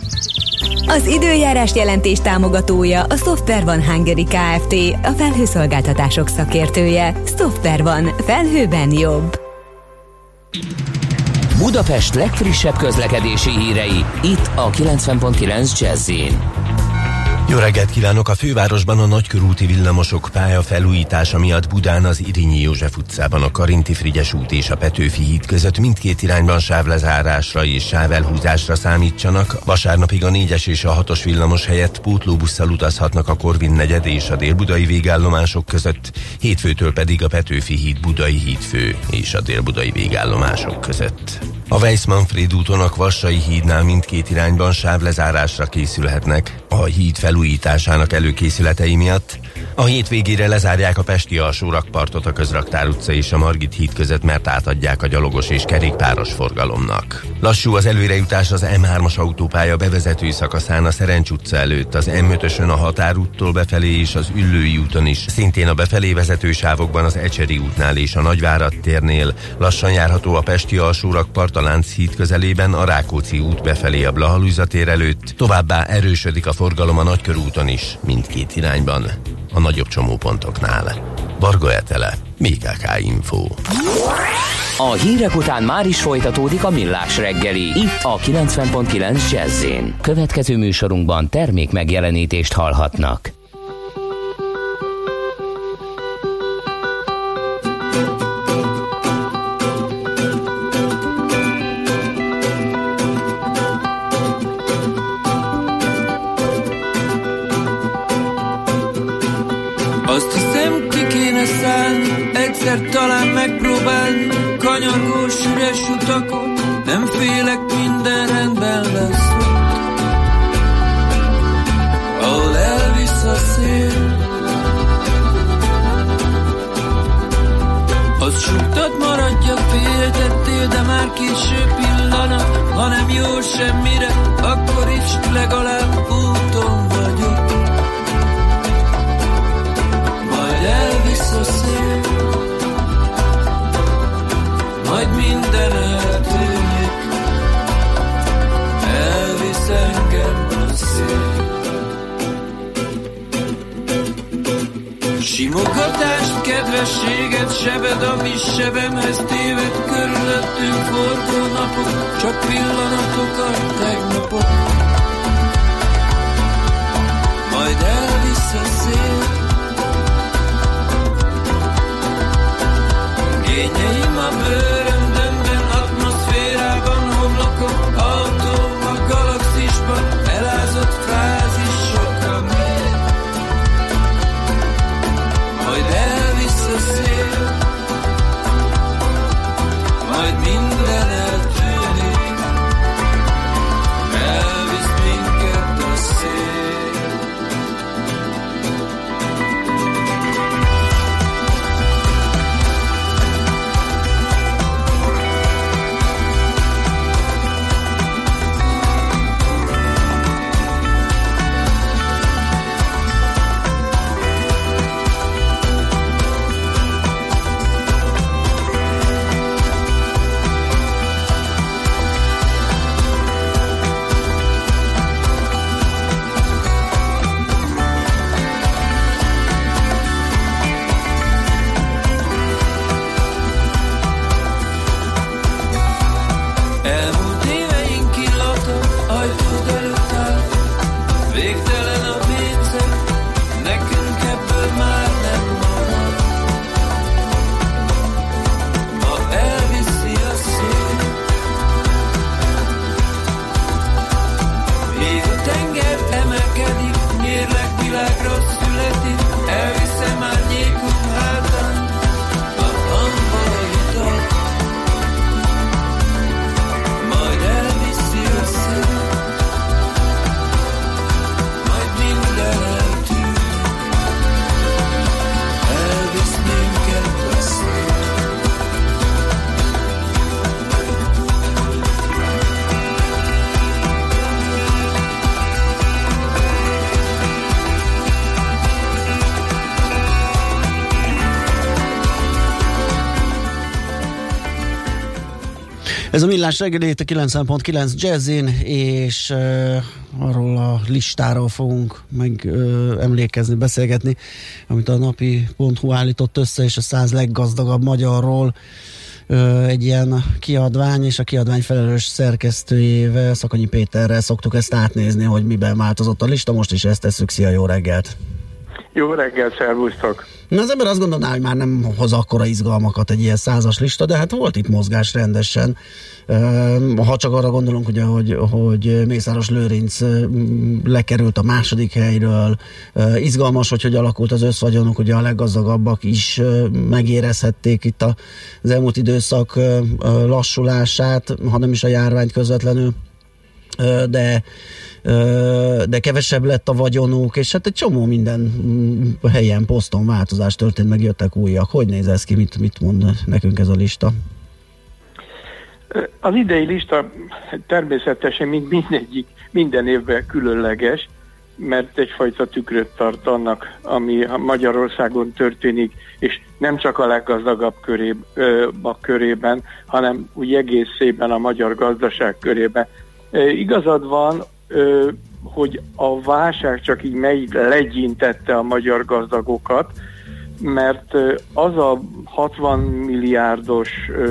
Az időjárás jelentés támogatója a Software One Hungary Kft., a felhőszolgáltatások szakértője. Software One. Felhőben jobb. Budapest legfrissebb közlekedési hírei, itt a 90.9 Jazz-in. Jó reggelt kívánok! A fővárosban a nagykörúti villamosok pálya felújítása miatt Budán az Irínyi József utcában a Karinti Frigyes út és a Petőfi híd között mindkét irányban sávlezárásra és sávelhúzásra számítsanak. Vasárnapig a 4-es és a 6-os villamos helyett pótlóbusszal utazhatnak a Korvin negyed és a délbudai végállomások között, hétfőtől pedig a Petőfi híd Budai hídfő és a délbudai végállomások között. A Weiss-Manfréd úton a Kvassai hídnál mindkét irányban sávlezárásra készülhetnek a híd felújításának előkészületei miatt. A hétvégére lezárják a pesti alsórakpartot a Közraktár utca és a Margit híd között, mert átadják a gyalogos és kerékpáros forgalomnak. Lassú az előrejutás az M3-as autópálya bevezető szakaszán a Szerencs utca előtt, az M5-ösön a Határúttól befelé és az Üllői úton is, szintén a befelé vezető sávokban az Ecseri útnál és a Nagyvárad térnél. Lassan járható a pesti alsórakpart a Lánchíd közelében, a Rákóczi út befelé a Blaha-Lujza tér előtt, továbbá erősödik a forgalom a Nagykörúton is, mindkét irányban, a nagyobb csomópontoknál. Varga Etele, BKK Info. A hírek után már is folytatódik a Millás reggeli, itt a 90.9 Jazz-in. Következő műsorunkban termék megjelenítést hallhatnak. Azt hiszem, ki kéne szállni, egyszer talán megpróbálni, kanyargós üres utakon, nem félek, minden rendben lesz ott. Ahol elvisz a szél, azt suktad, maradja, féltettél, de már késő pillanat, ha nem jó semmire, akkor is legalább úton vagyok. Elvisz a szél, majd minden eltűnik, elvisz engem a szél. Simogatást, kedvességet, sebed, ami sebemhez téved, körülöttünk forgó napok, csak pillanatok a tegnapok. Majd elvisz a szél, kényeim a bőröndömben, atmoszférában, homlokon, autóm a galaxisban, elázott frázisok, ami majd elvisz a szél, majd minden eltűnik, elvisz minket a szél. Ez a Millás reggeli, a 90.9 Jazzin, és arról a listáról fogunk meg emlékezni, beszélgetni, amit a napi.hu állított össze, és a 100 leggazdagabb magyarról egy ilyen kiadvány, és a kiadvány felelős szerkesztőjével, Szakonyi Péterrel szoktuk ezt átnézni, hogy miben változott a lista, most is ezt tesszük. Szia, jó reggelt! Jó reggelt, szervusztok! Na, az ember azt gondolná, hogy már nem hoz akkora izgalmakat egy ilyen 100-as lista, de hát volt itt mozgás rendesen. Ha csak arra gondolunk, ugye, hogy Mészáros Lőrinc lekerült a második helyről, izgalmas, hogy alakult az összvagyonuk, ugye a leggazdagabbak is megérezhették itt az elmúlt időszak lassulását, ha nem is a járványt közvetlenül, de kevesebb lett a vagyonuk, és hát egy csomó minden helyen, poszton változás történt, meg jöttek újak. Hogy néz ez ki, mit mond nekünk ez a lista? Az idei lista természetesen minden évben különleges, mert egyfajta tükröt tart annak, ami Magyarországon történik, és nem csak a leggazdagabb körében, hanem úgy egész szépen a magyar gazdaság körében. Igazad van, hogy a válság csak így legyintette a magyar gazdagokat, mert az a 60 milliárdos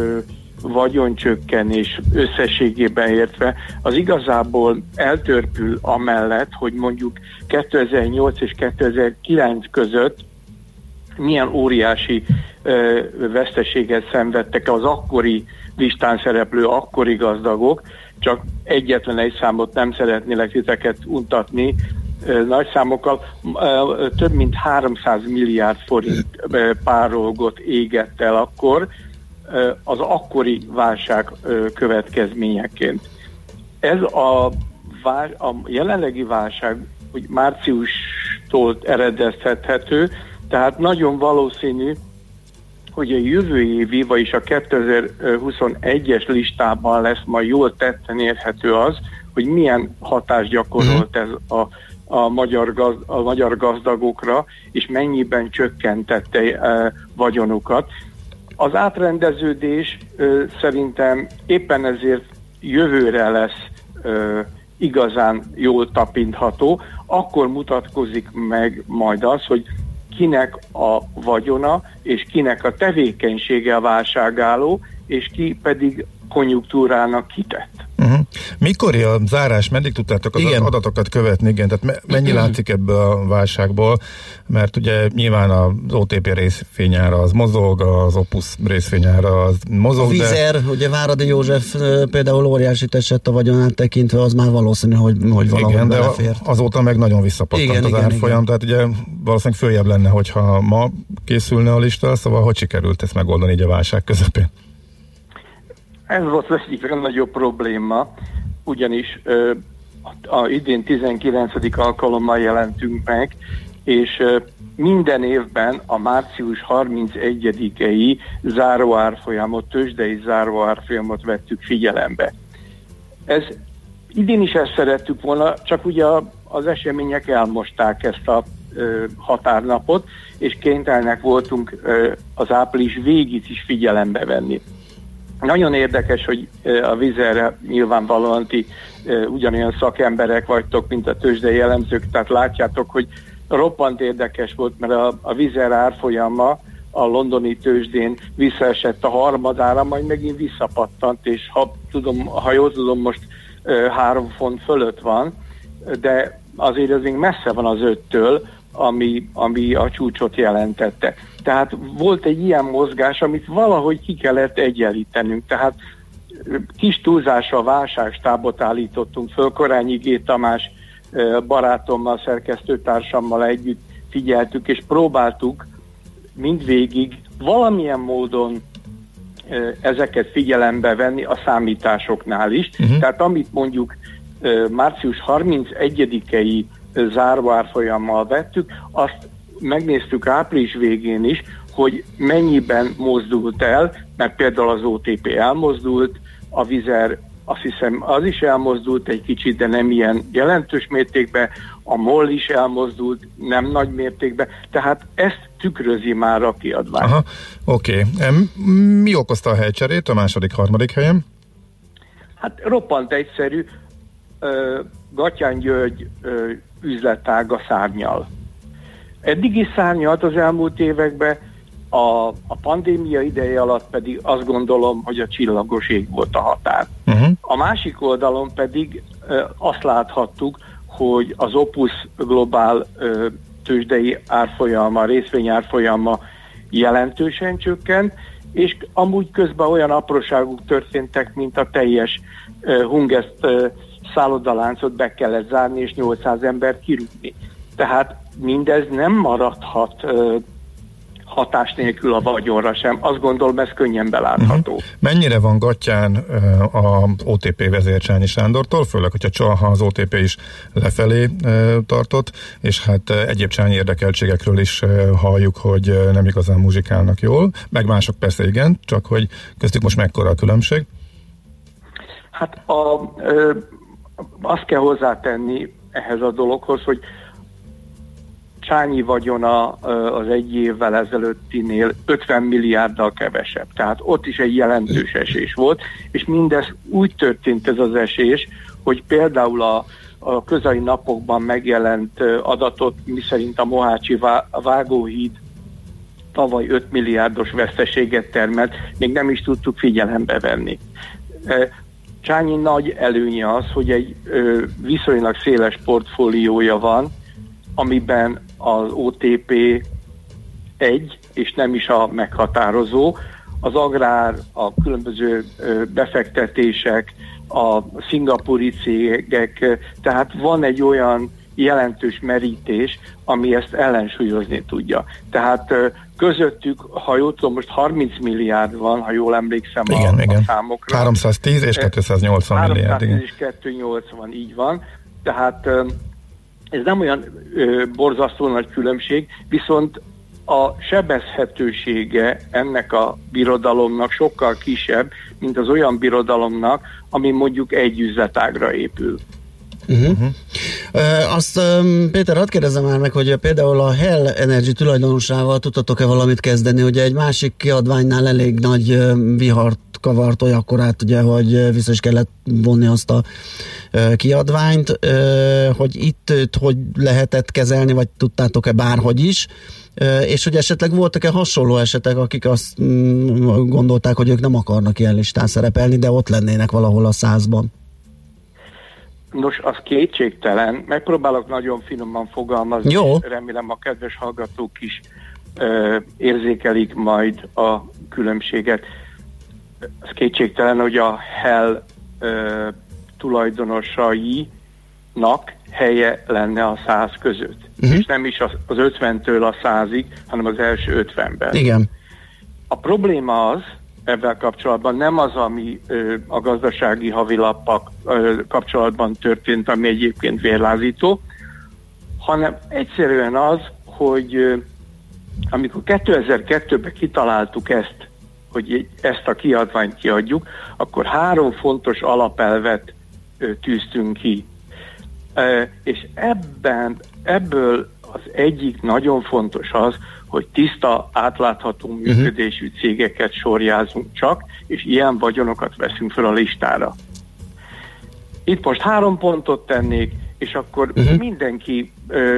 vagyoncsökkenés összességében értve, az igazából eltörpül amellett, hogy mondjuk 2008 és 2009 között milyen óriási veszteséget szenvedtek az akkori listán szereplő akkori gazdagok, csak egyetlen egy számot nem szeretnélek titeket untatni, nagy számokkal, több mint 300 milliárd forint párolgott égett el akkor, az akkori válság következményeként. Ez a jelenlegi válság, hogy márciustól eredeztethető, tehát nagyon valószínű, hogy a jövő évi, vagyis a 2021-es listában lesz majd jól tetten érhető az, hogy milyen hatást gyakorolt ez a magyar gazdagokra, és mennyiben csökkentette vagyonukat. Az átrendeződés szerintem éppen ezért jövőre lesz igazán jól tapintható, akkor mutatkozik meg majd az, hogy kinek a vagyona, és kinek a tevékenysége a válságálló, és ki pedig konjunktúrának kitett. Mikori a zárás, meddig tudtátok az adatokat követni? Igen, tehát mennyi látszik ebből a válságból? Mert ugye nyilván az OTP részvényára az mozog, az Opus részvényára az mozog. A Vizer, ugye Váradi József például óriásit esett a vagyonát tekintve, az már valószínű, hogy valahogy igen, belefért. De azóta meg nagyon visszapattant az árfolyam, tehát ugye valószínűleg följebb lenne, hogyha ma készülne a lista, szóval hogy sikerült ezt megoldani így a válság közepén? Ez volt az egyik legnagyobb probléma, ugyanis idén 19. alkalommal jelentünk meg, és minden évben a március 31-i záróárfolyamot, tőzsdei záróárfolyamot vettük figyelembe. Idén is ezt szerettük volna, csak ugye az események elmosták ezt a határnapot, és kénytelenek voltunk az április végét is figyelembe venni. Nagyon érdekes, hogy a Vizerre nyilvánvalóan ti ugyanolyan szakemberek vagytok, mint a tőzsdei elemzők, tehát látjátok, hogy roppant érdekes volt, mert a Vizer árfolyama a londoni tőzsdén visszaesett a harmadára, majd megint visszapattant, és ha jól tudom, most 3 font fölött van, de azért ez még messze van az 5-től, ami a csúcsot jelentette. Tehát volt egy ilyen mozgás, amit valahogy ki kellett egyenlítenünk. Tehát kis túlzásra válságstábot állítottunk föl, Korányi G. Tamás barátommal, szerkesztőtársammal együtt figyeltük, és próbáltuk mindvégig valamilyen módon ezeket figyelembe venni a számításoknál is. Tehát amit mondjuk március 31-i záróárfolyammal vettük, azt megnéztük április végén is, hogy mennyiben mozdult el, mert például az OTP elmozdult, a Vizer azt hiszem az is elmozdult egy kicsit, de nem ilyen jelentős mértékben, a MOL is elmozdult, nem nagy mértékben, tehát ezt tükrözi már a kiadvány. Aha, oké. Mi okozta a helycserét a második, harmadik helyen? Hát roppant egyszerű, Gattyán György üzletága szárnyal. Eddig is szárnyalt az elmúlt években, A pandémia ideje alatt pedig azt gondolom, hogy a csillagos ég volt a határ. A másik oldalon pedig azt láthattuk, hogy az Opus Global tőzsdei árfolyama, részvényárfolyama jelentősen csökkent, és amúgy közben olyan apróságok történtek, mint a teljes Hungest szállodaláncot be kellett zárni, és 800 embert kirúgni. Tehát mindez nem maradhat hatás nélkül a vagyonra sem. Azt gondolom, ez könnyen belátható. Mennyire van gattyán a OTP vezér Csányi Sándortól, főleg, hogyha az OTP is lefelé tartott, és hát egyéb Csányi érdekeltségekről is halljuk, hogy nem igazán muzsikálnak jól, meg mások persze igen, csak hogy köztük most mekkora a különbség? Hát azt kell hozzátenni ehhez a dologhoz, hogy Csányi vagyona az egy évvel ezelőttinél 50 milliárddal kevesebb. Tehát ott is egy jelentős esés volt, és mindez úgy történt ez az esés, hogy például a közeli napokban megjelent adatot, miszerint a Mohácsi vágóhíd tavaly 5 milliárdos veszteséget termelt, még nem is tudtuk figyelembe venni. Csányi nagy előnye az, hogy egy viszonylag széles portfóliója van, amiben az OTP egy, és nem is a meghatározó, az agrár, a különböző befektetések, a szingapúri cégek, tehát van egy olyan jelentős merítés, ami ezt ellensúlyozni tudja. Tehát közöttük, ha jól tudom, most 30 milliárd van, ha jól emlékszem a számokra. 310 és 280 milliárd. 310 és 280, így van. Tehát ez nem olyan borzasztó nagy különbség, viszont a sebezhetősége ennek a birodalomnak sokkal kisebb, mint az olyan birodalomnak, ami mondjuk egy üzletágra épül. Azt Péter, hadd kérdezem már meg, hogy például a Hell Energy tulajdonosával tudtatok-e valamit kezdeni? Ugye egy másik kiadványnál elég nagy vihart kavart olyankorát, ugye, hogy vissza is kellett vonni azt a kiadványt, hogy itt hogy lehetett kezelni, vagy tudtátok-e bárhogy is, és hogy esetleg voltak-e hasonló esetek, akik azt gondolták, hogy ők nem akarnak ilyen listán szerepelni, de ott lennének valahol a 100-ban. Nos, az kétségtelen. Megpróbálok nagyon finoman fogalmazni. Jó. Remélem a kedves hallgatók is érzékelik majd a különbséget. Az kétségtelen, hogy a Hell tulajdonosainak helye lenne a 100 között. És nem is az 50-től a 100-ig, hanem az első 50-ben. Igen. A probléma az, ebben kapcsolatban nem az, ami a gazdasági havilappak kapcsolatban történt, ami egyébként vérlázító, hanem egyszerűen az, hogy amikor 2002-ben kitaláltuk ezt, hogy ezt a kiadványt kiadjuk, akkor 3 fontos alapelvet tűztünk ki. És ebből az egyik nagyon fontos az, hogy tiszta, átlátható működésű cégeket sorjázunk csak, és ilyen vagyonokat veszünk fel a listára. Itt most 3 pontot tennék, és akkor mindenki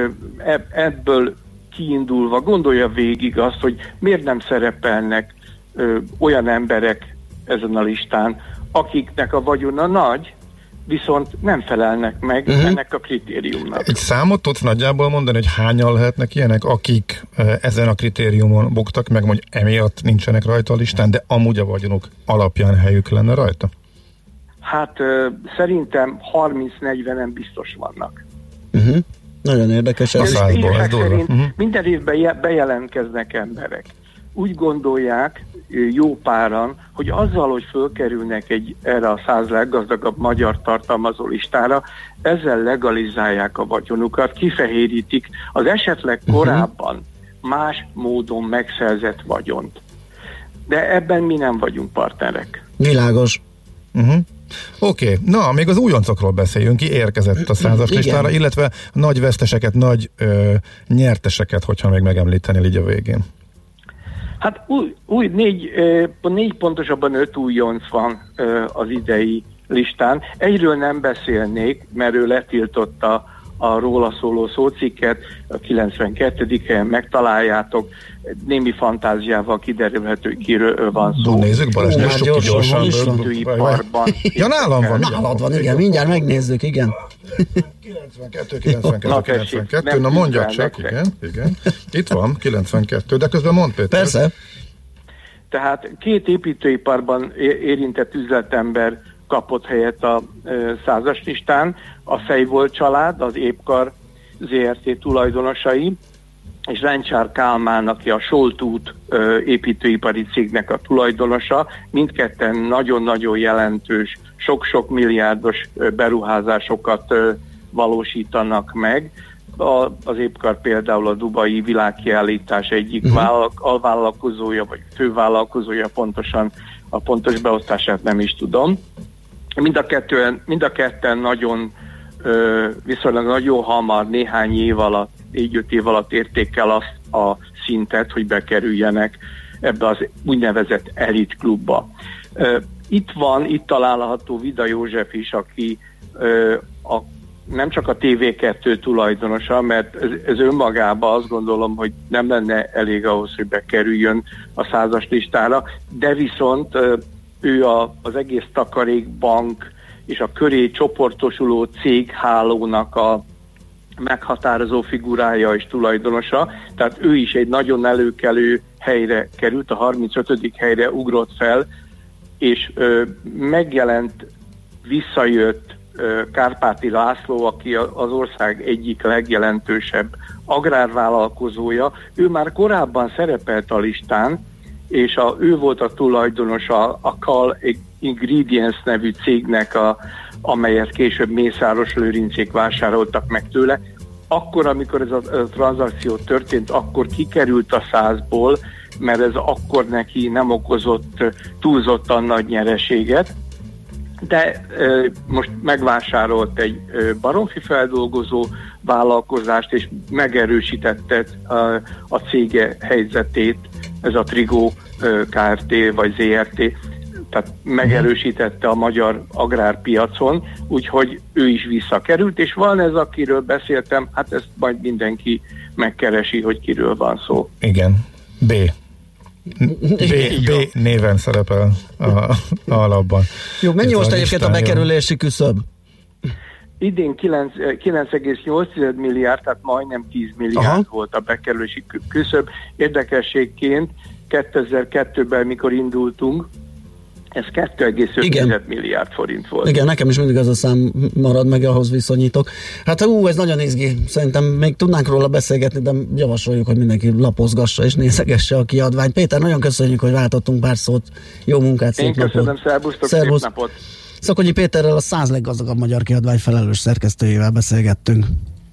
ebből kiindulva gondolja végig azt, hogy miért nem szerepelnek olyan emberek ezen a listán, akiknek a vagyona nagy, viszont nem felelnek meg ennek a kritériumnak. Egy számot tudsz nagyjából mondani, hogy hányan lehetnek ilyenek, akik ezen a kritériumon buktak meg, hogy emiatt nincsenek rajta a listán, de amúgy a vagyonuk alapján helyük lenne rajta? Hát szerintem 30-40-en biztos vannak. Nagyon érdekes. Minden évben bejelentkeznek emberek. Úgy gondolják jó páran, hogy azzal, hogy fölkerülnek erre a 100 leggazdagabb magyar tartalmazó listára, ezzel legalizálják a vagyonukat, kifehérítik az esetleg korábban más módon megszerzett vagyont. De ebben mi nem vagyunk partnerek. Világos. Oké, na, még az újoncokról beszéljünk, ki érkezett a 100-as listára, illetve nagy veszteseket, nagy nyerteseket, hogyha még megemlítenél így a végén. Hát négy pontosabban 5 újonc van az idei listán. Egyről nem beszélnék, mert ő letiltotta a róla szóló szócikket, a 92. helyen megtaláljátok, némi fantáziával kiderülhető, kiről van szó. Nézzük, Balázs, gyorsan. Ja, nálam van. Nálad van, igen, mindjárt megnézzük, igen. 92, na mondjad csak, igen. Itt van, 92, de közben mondd, Péter. Persze. Tehát 2 építőiparban érintett üzletember kapott helyet a 100-as listán, a Fejvolt család, az Épkar ZRT tulajdonosai, és Rencsár Kálmán, aki a Soltút építőipari cégnek a tulajdonosa, mindketten nagyon-nagyon jelentős, sok-sok milliárdos beruházásokat valósítanak meg. Az Épkar például a dubai világkiállítás egyik alvállalkozója, vagy fővállalkozója, pontosan a pontos beosztását nem is tudom. Mind a ketten nagyon viszonylag nagyon hamar, néhány év alatt, 4-5 év alatt érték el azt a szintet, hogy bekerüljenek ebbe az úgynevezett elit klubba. Itt található Vida József is, aki nem csak a TV2 tulajdonosa, mert ez önmagában azt gondolom, hogy nem lenne elég ahhoz, hogy bekerüljön a 100-as listára, de viszont ő az egész takarékbank és a köré csoportosuló céghálónak a meghatározó figurája és tulajdonosa, tehát ő is egy nagyon előkelő helyre került, a 35. helyre ugrott fel, és megjelent, visszajött Kárpáti László, aki az ország egyik legjelentősebb agrárvállalkozója. Ő már korábban szerepelt a listán, és ő volt a tulajdonosa a Cal Ingredients nevű cégnek, amelyet később Mészáros Lőrincék vásároltak meg tőle. Akkor, amikor ez a tranzakció történt, akkor kikerült a 100-ból, mert ez akkor neki nem okozott túlzottan nagy nyereséget, de most megvásárolt egy baromfi feldolgozó vállalkozást, és megerősítette a cége helyzetét, ez a Trigó Kft. Vagy ZRT, tehát megerősítette a magyar agrárpiacon, úgyhogy ő is visszakerült, és van ez, akiről beszéltem, hát ezt majd mindenki megkeresi, hogy kiről van szó. Igen, B néven szerepel a alapban. Jó, mennyi most egyébként a bekerülési küszöb? Idén 9,8 milliárd, tehát majdnem 10 milliárd volt a bekerülési küszöb. Érdekességként 2002-ben, mikor indultunk, ez 2,5 milliárd forint volt. Igen, nekem is mindig az a szám marad meg, ahhoz viszonyítok. Hát ez nagyon izgi. Szerintem még tudnánk róla beszélgetni, de javasoljuk, hogy mindenki lapozgassa és nézegesse a kiadványt. Péter, nagyon köszönjük, hogy váltottunk pár szót. Jó munkát, szép napot. Én köszönöm, szervusztok, szép napot. Szakonyi Péterrel, a 100 leggazdagabb magyar kiadvány felelős szerkesztőjével beszélgettünk.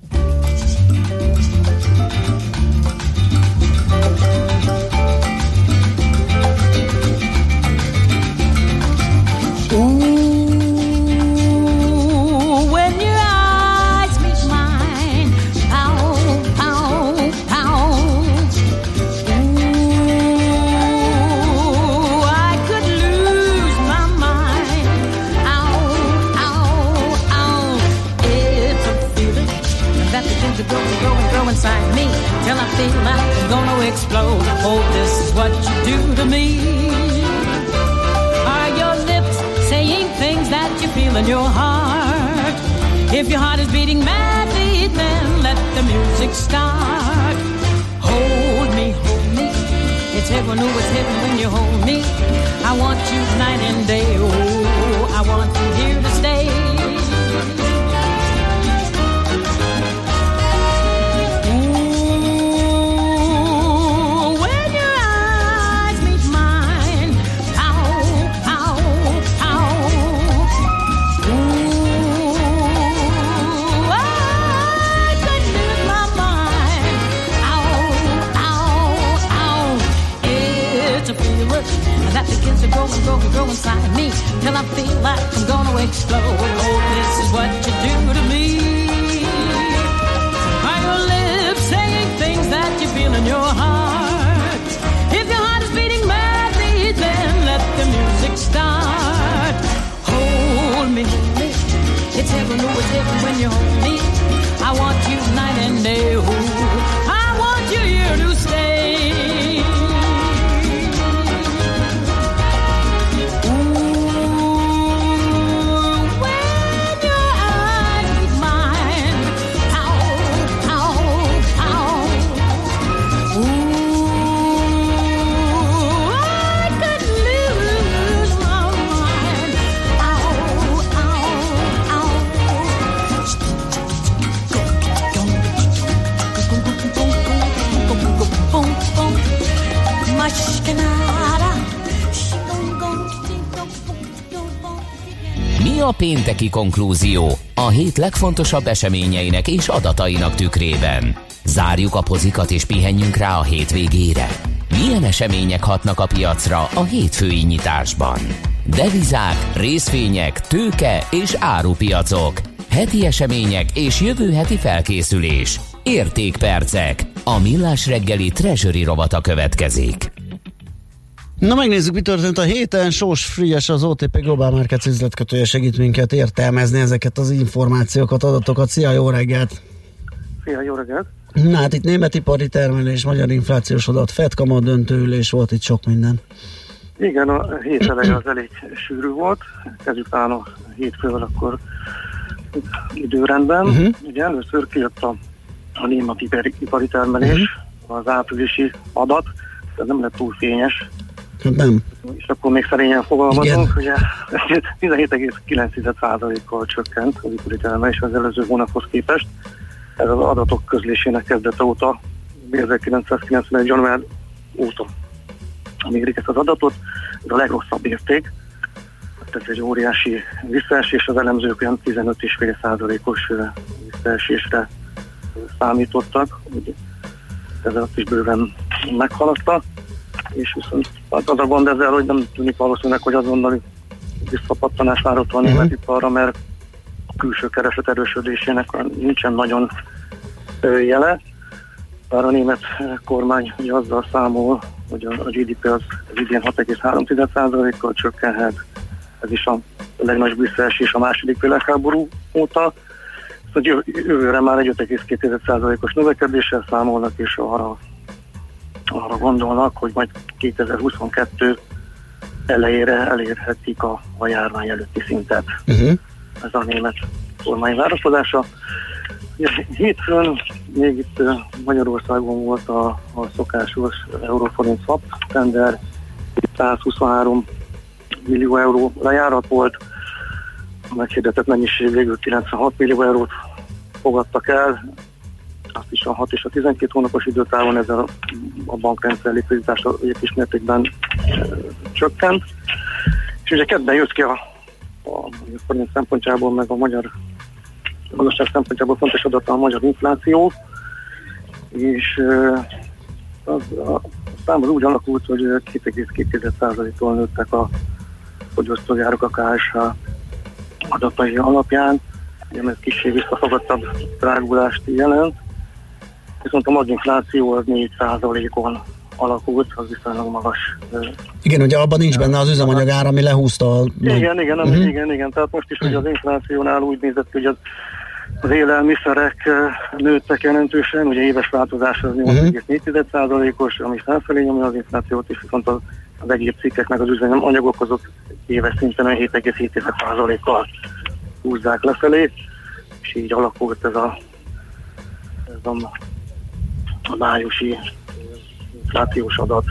Explode. Oh, this is what you do to me. Are your lips saying things that you feel in your heart? If your heart is beating madly, then let the music start. Hold me, hold me. It's heaven, oh, it's heaven when you hold me. I want you night and day. Oh, I want you here to stay. That begins to grow and grow and grow inside me till I feel like I'm gonna explode. ever know it's different when you hold me. I want you night and day. Ooh, I want you here to stay. Mi a pénteki konklúzió a hét legfontosabb eseményeinek és adatainak tükrében? Zárjuk a pozikat és pihenjünk rá a hétvégére. Milyen események hatnak a piacra a hétfői nyitásban? Devizák, részvények, tőke és árupiacok. Heti események és jövő heti felkészülés. Értékpercek. A Millás reggeli Treasury rovata következik. Na megnézzük, mi történt a héten. Sós Frigyes, az OTP Global Markets üzletkötője segít minket értelmezni ezeket az információkat, adatokat. Szia, jó reggelt! Szia, jó reggelt! Na hát itt német ipari termelés, magyar inflációs adat, FED kamat döntőülés, volt itt sok minden. Igen, a hét eleje az elég sűrű volt, kezdjük talán a hétfővel akkor időrendben. Ugye először kijött a német ipari termelés, az áprilisi adat, ez nem lett túl fényes. Hát nem. És akkor még szerényen fogalmazunk, ugye 17,9%-kal csökkent az ipari termelés az előző hónaphoz képest. Ez az adatok közlésének kezdete óta, 1991. január óta. Amíg ezt az adatot, ez a legrosszabb érték. Ez egy óriási visszaesés, az elemzők olyan 15,5%-os visszaesésre számítottak. Ez azt is bőven meghaladta. És viszont az a gond ezzel, hogy nem tűnik valószínűleg, hogy azonnali visszapattanás várható a német iparra, mert a külső kereslet erősödésének nincsen nagyon jele. Bár a német kormány ugye azzal számol, hogy a GDP az idén 6,3%-kal csökkenhet. Ez is a legnagyobb visszaesés a második világháború óta. Szóval jövőre már egy 5,2%-os növekedéssel számolnak, és arra gondolnak, hogy majd 2022 elejére elérhetik a járvány előtti szintet. Ez a német kormány várakozása. Hétfőn még itt Magyarországon volt a szokásos euróforint swap tender, 123 millió euró lejárat volt, a meghirdetett mennyiség végül 96 millió eurót fogadtak el, azt is a 6 és a 12 hónapos időtávon ezzel a bankrendszer likviditása kis mértékben csökkent. És ugye kedden jött ki a forint szempontjából, meg a magyar gazdaság szempontjából fontos adata a magyar infláció, és a szám az úgy alakult, hogy 2,2%-tól nőttek a fogyasztógyárak a KSH adatai alapján, ez kissé visszafogottabb drágulást jelent, viszont a maginfláció az 4%-on alakult, az viszonylag magas. Igen, ugye abban nincs benne az üzemanyagár, ami lehúzta Igen, tehát most is ugye az inflációnál úgy nézett, hogy az élelmiszerek nőttek jelentősen, ugye éves változás az 8,4%-os, ami felfelé nyomja az inflációt, és viszont az egyéb cikkek meg az üzemanyagok azok éves szinten 7,7%-kal húzzák lefelé, és így alakult ez a májusi inflációs adat.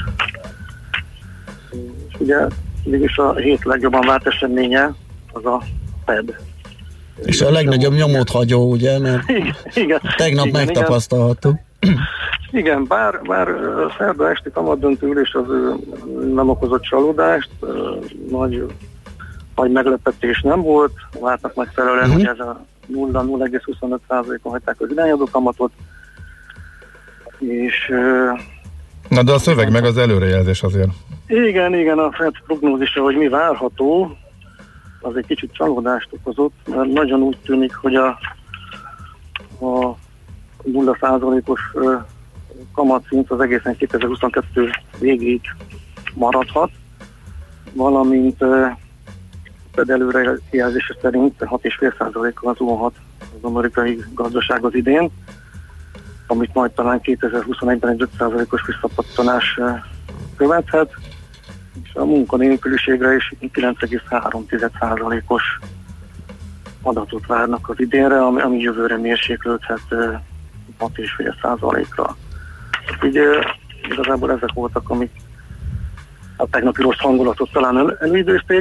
És ugye mégis a hét legjobban várt eseménye az a FED. És a legnagyobb nyomot hagyó, ugye, mert igen, tegnap megtapasztalhattuk. Igen, bár szerda esti kamatdöntő ülés az nem okozott csalódást, nagy meglepetés nem volt, vártak megfelelően, hogy ez a 0,25%-on hagyták az irányadó kamatot, és... Na de a szöveg meg az előrejelzés azért. Igen, a FED prognózisa, hogy mi várható, az egy kicsit csalódást okozott, mert nagyon úgy tűnik, hogy a 0%-os kamatszint az egészen 2022 végéig maradhat, valamint Fed előrejelzése szerint 6,5%-kal zuhanhat az amerikai gazdaság az idén, amit majd talán 2021-ben egy 5%-os visszapattanás követhet, és a munkanélküliségre is 9,3%-os adatot várnak az idénre, ami jövőre mérséklődhet 6,5%-ra. Így igazából ezek voltak, amik a tegnapi rossz hangulatot talán előidőzték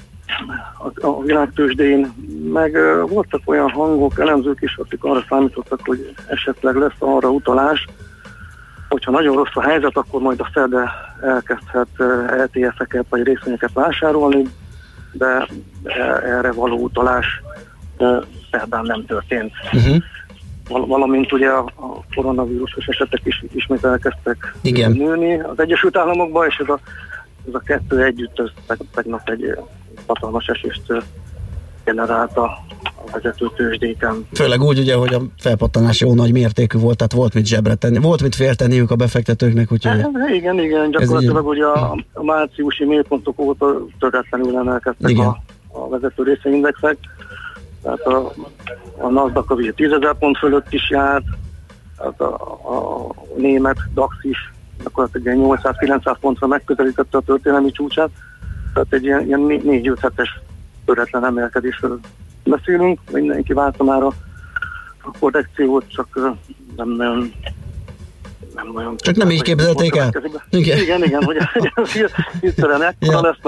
a világtőzsdén, meg voltak olyan hangok, elemzők is, akik arra számítottak, hogy esetleg lesz arra utalás, hogyha nagyon rossz a helyzet, akkor majd a Fed elkezdhet ETF-eket vagy részvényeket vásárolni, de erre való utalás szerdán nem történt. Valamint ugye a koronavírusos esetek is ismét elkezdtek nőni az Egyesült Államokban, és ez a kettő együtt tegnap egy hatalmas esést generálta a vezető tőzsdéken. Főleg úgy ugye, hogy a felpattanás jó nagy mértékű volt, tehát volt mit zsebre tenni, volt mit féltenniük a befektetőknek, úgyhogy... Igen, gyakorlatilag ugye a márciusi mélypontok óta töretlenül emelkedtek a vezető részvényindexek, tehát a NASDAQ az ugye 10.000 pont fölött is járt, tehát a német DAX is gyakorlatilag 800-900 pontra megközelítette a történelmi csúcsát, tehát egy ilyen 4-5 hetes töretlen emelkedésről beszélünk, mindenki várta már a korrekciót, csak nem nagyon... Csak nem így képzelték el. Igen, hogy hirtelen ekkora lesz,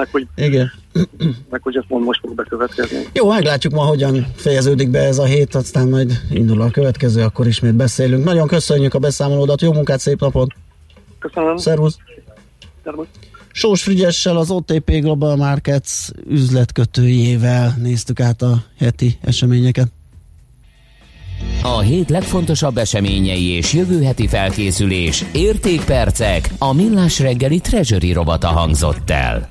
meg hogy ezt most fog bekövetkezni. Jó, meglátjuk ma, hogyan fejeződik be ez a hét, aztán majd indul a következő, akkor ismét beszélünk. Nagyon köszönjük a beszámolódat, jó munkát, szép napot! Köszönöm! Szervusz! Sós Frigyessel, az OTP Global Markets üzletkötőjével néztük át a heti eseményeket. A hét legfontosabb eseményei és jövő heti felkészülés, értékpercek, a Millás reggeli Treasury rovata hangzott el.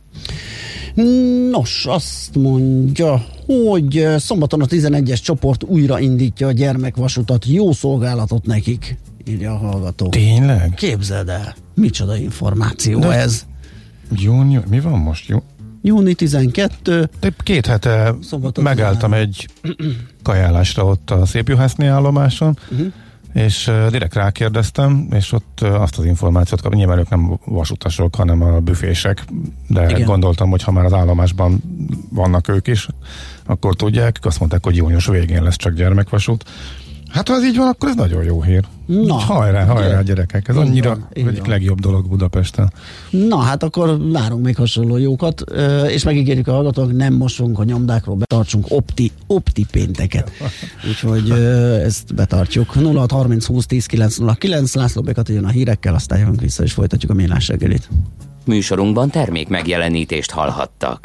Nos, azt mondja, hogy szombaton a 11-es csoport újraindítja a gyermekvasutat, jó szolgálatot nekik, írja a hallgató. Tényleg? Képzeld el, micsoda információ ez. Június, mi van most? Júni 12. De 2 hete megálltam egy kajálásra ott a Szépjuhászné állomáson, és direkt rákérdeztem, és ott azt az információt kaptam, nyilván ők nem vasutasok, hanem a büfések, de gondoltam, hogy ha már az állomásban vannak ők is, akkor tudják, azt mondták, hogy június végén lesz csak gyermekvasút. Hát ha ez így van, akkor ez nagyon jó hír. Na, hajrá gyerekek, ez annyira egyik legjobb dolog Budapesten. Na hát akkor várunk még hasonló jókat, és megígérjük a hallgatók, nem mosunk a nyomdákról, betartsunk opti pénteket. Úgyhogy ezt betartjuk. 0630 20 10 909, László Békat jön a hírekkel, aztán jövünk vissza és folytatjuk a Millás reggelit. Műsorunkban termék megjelenítést hallhattak.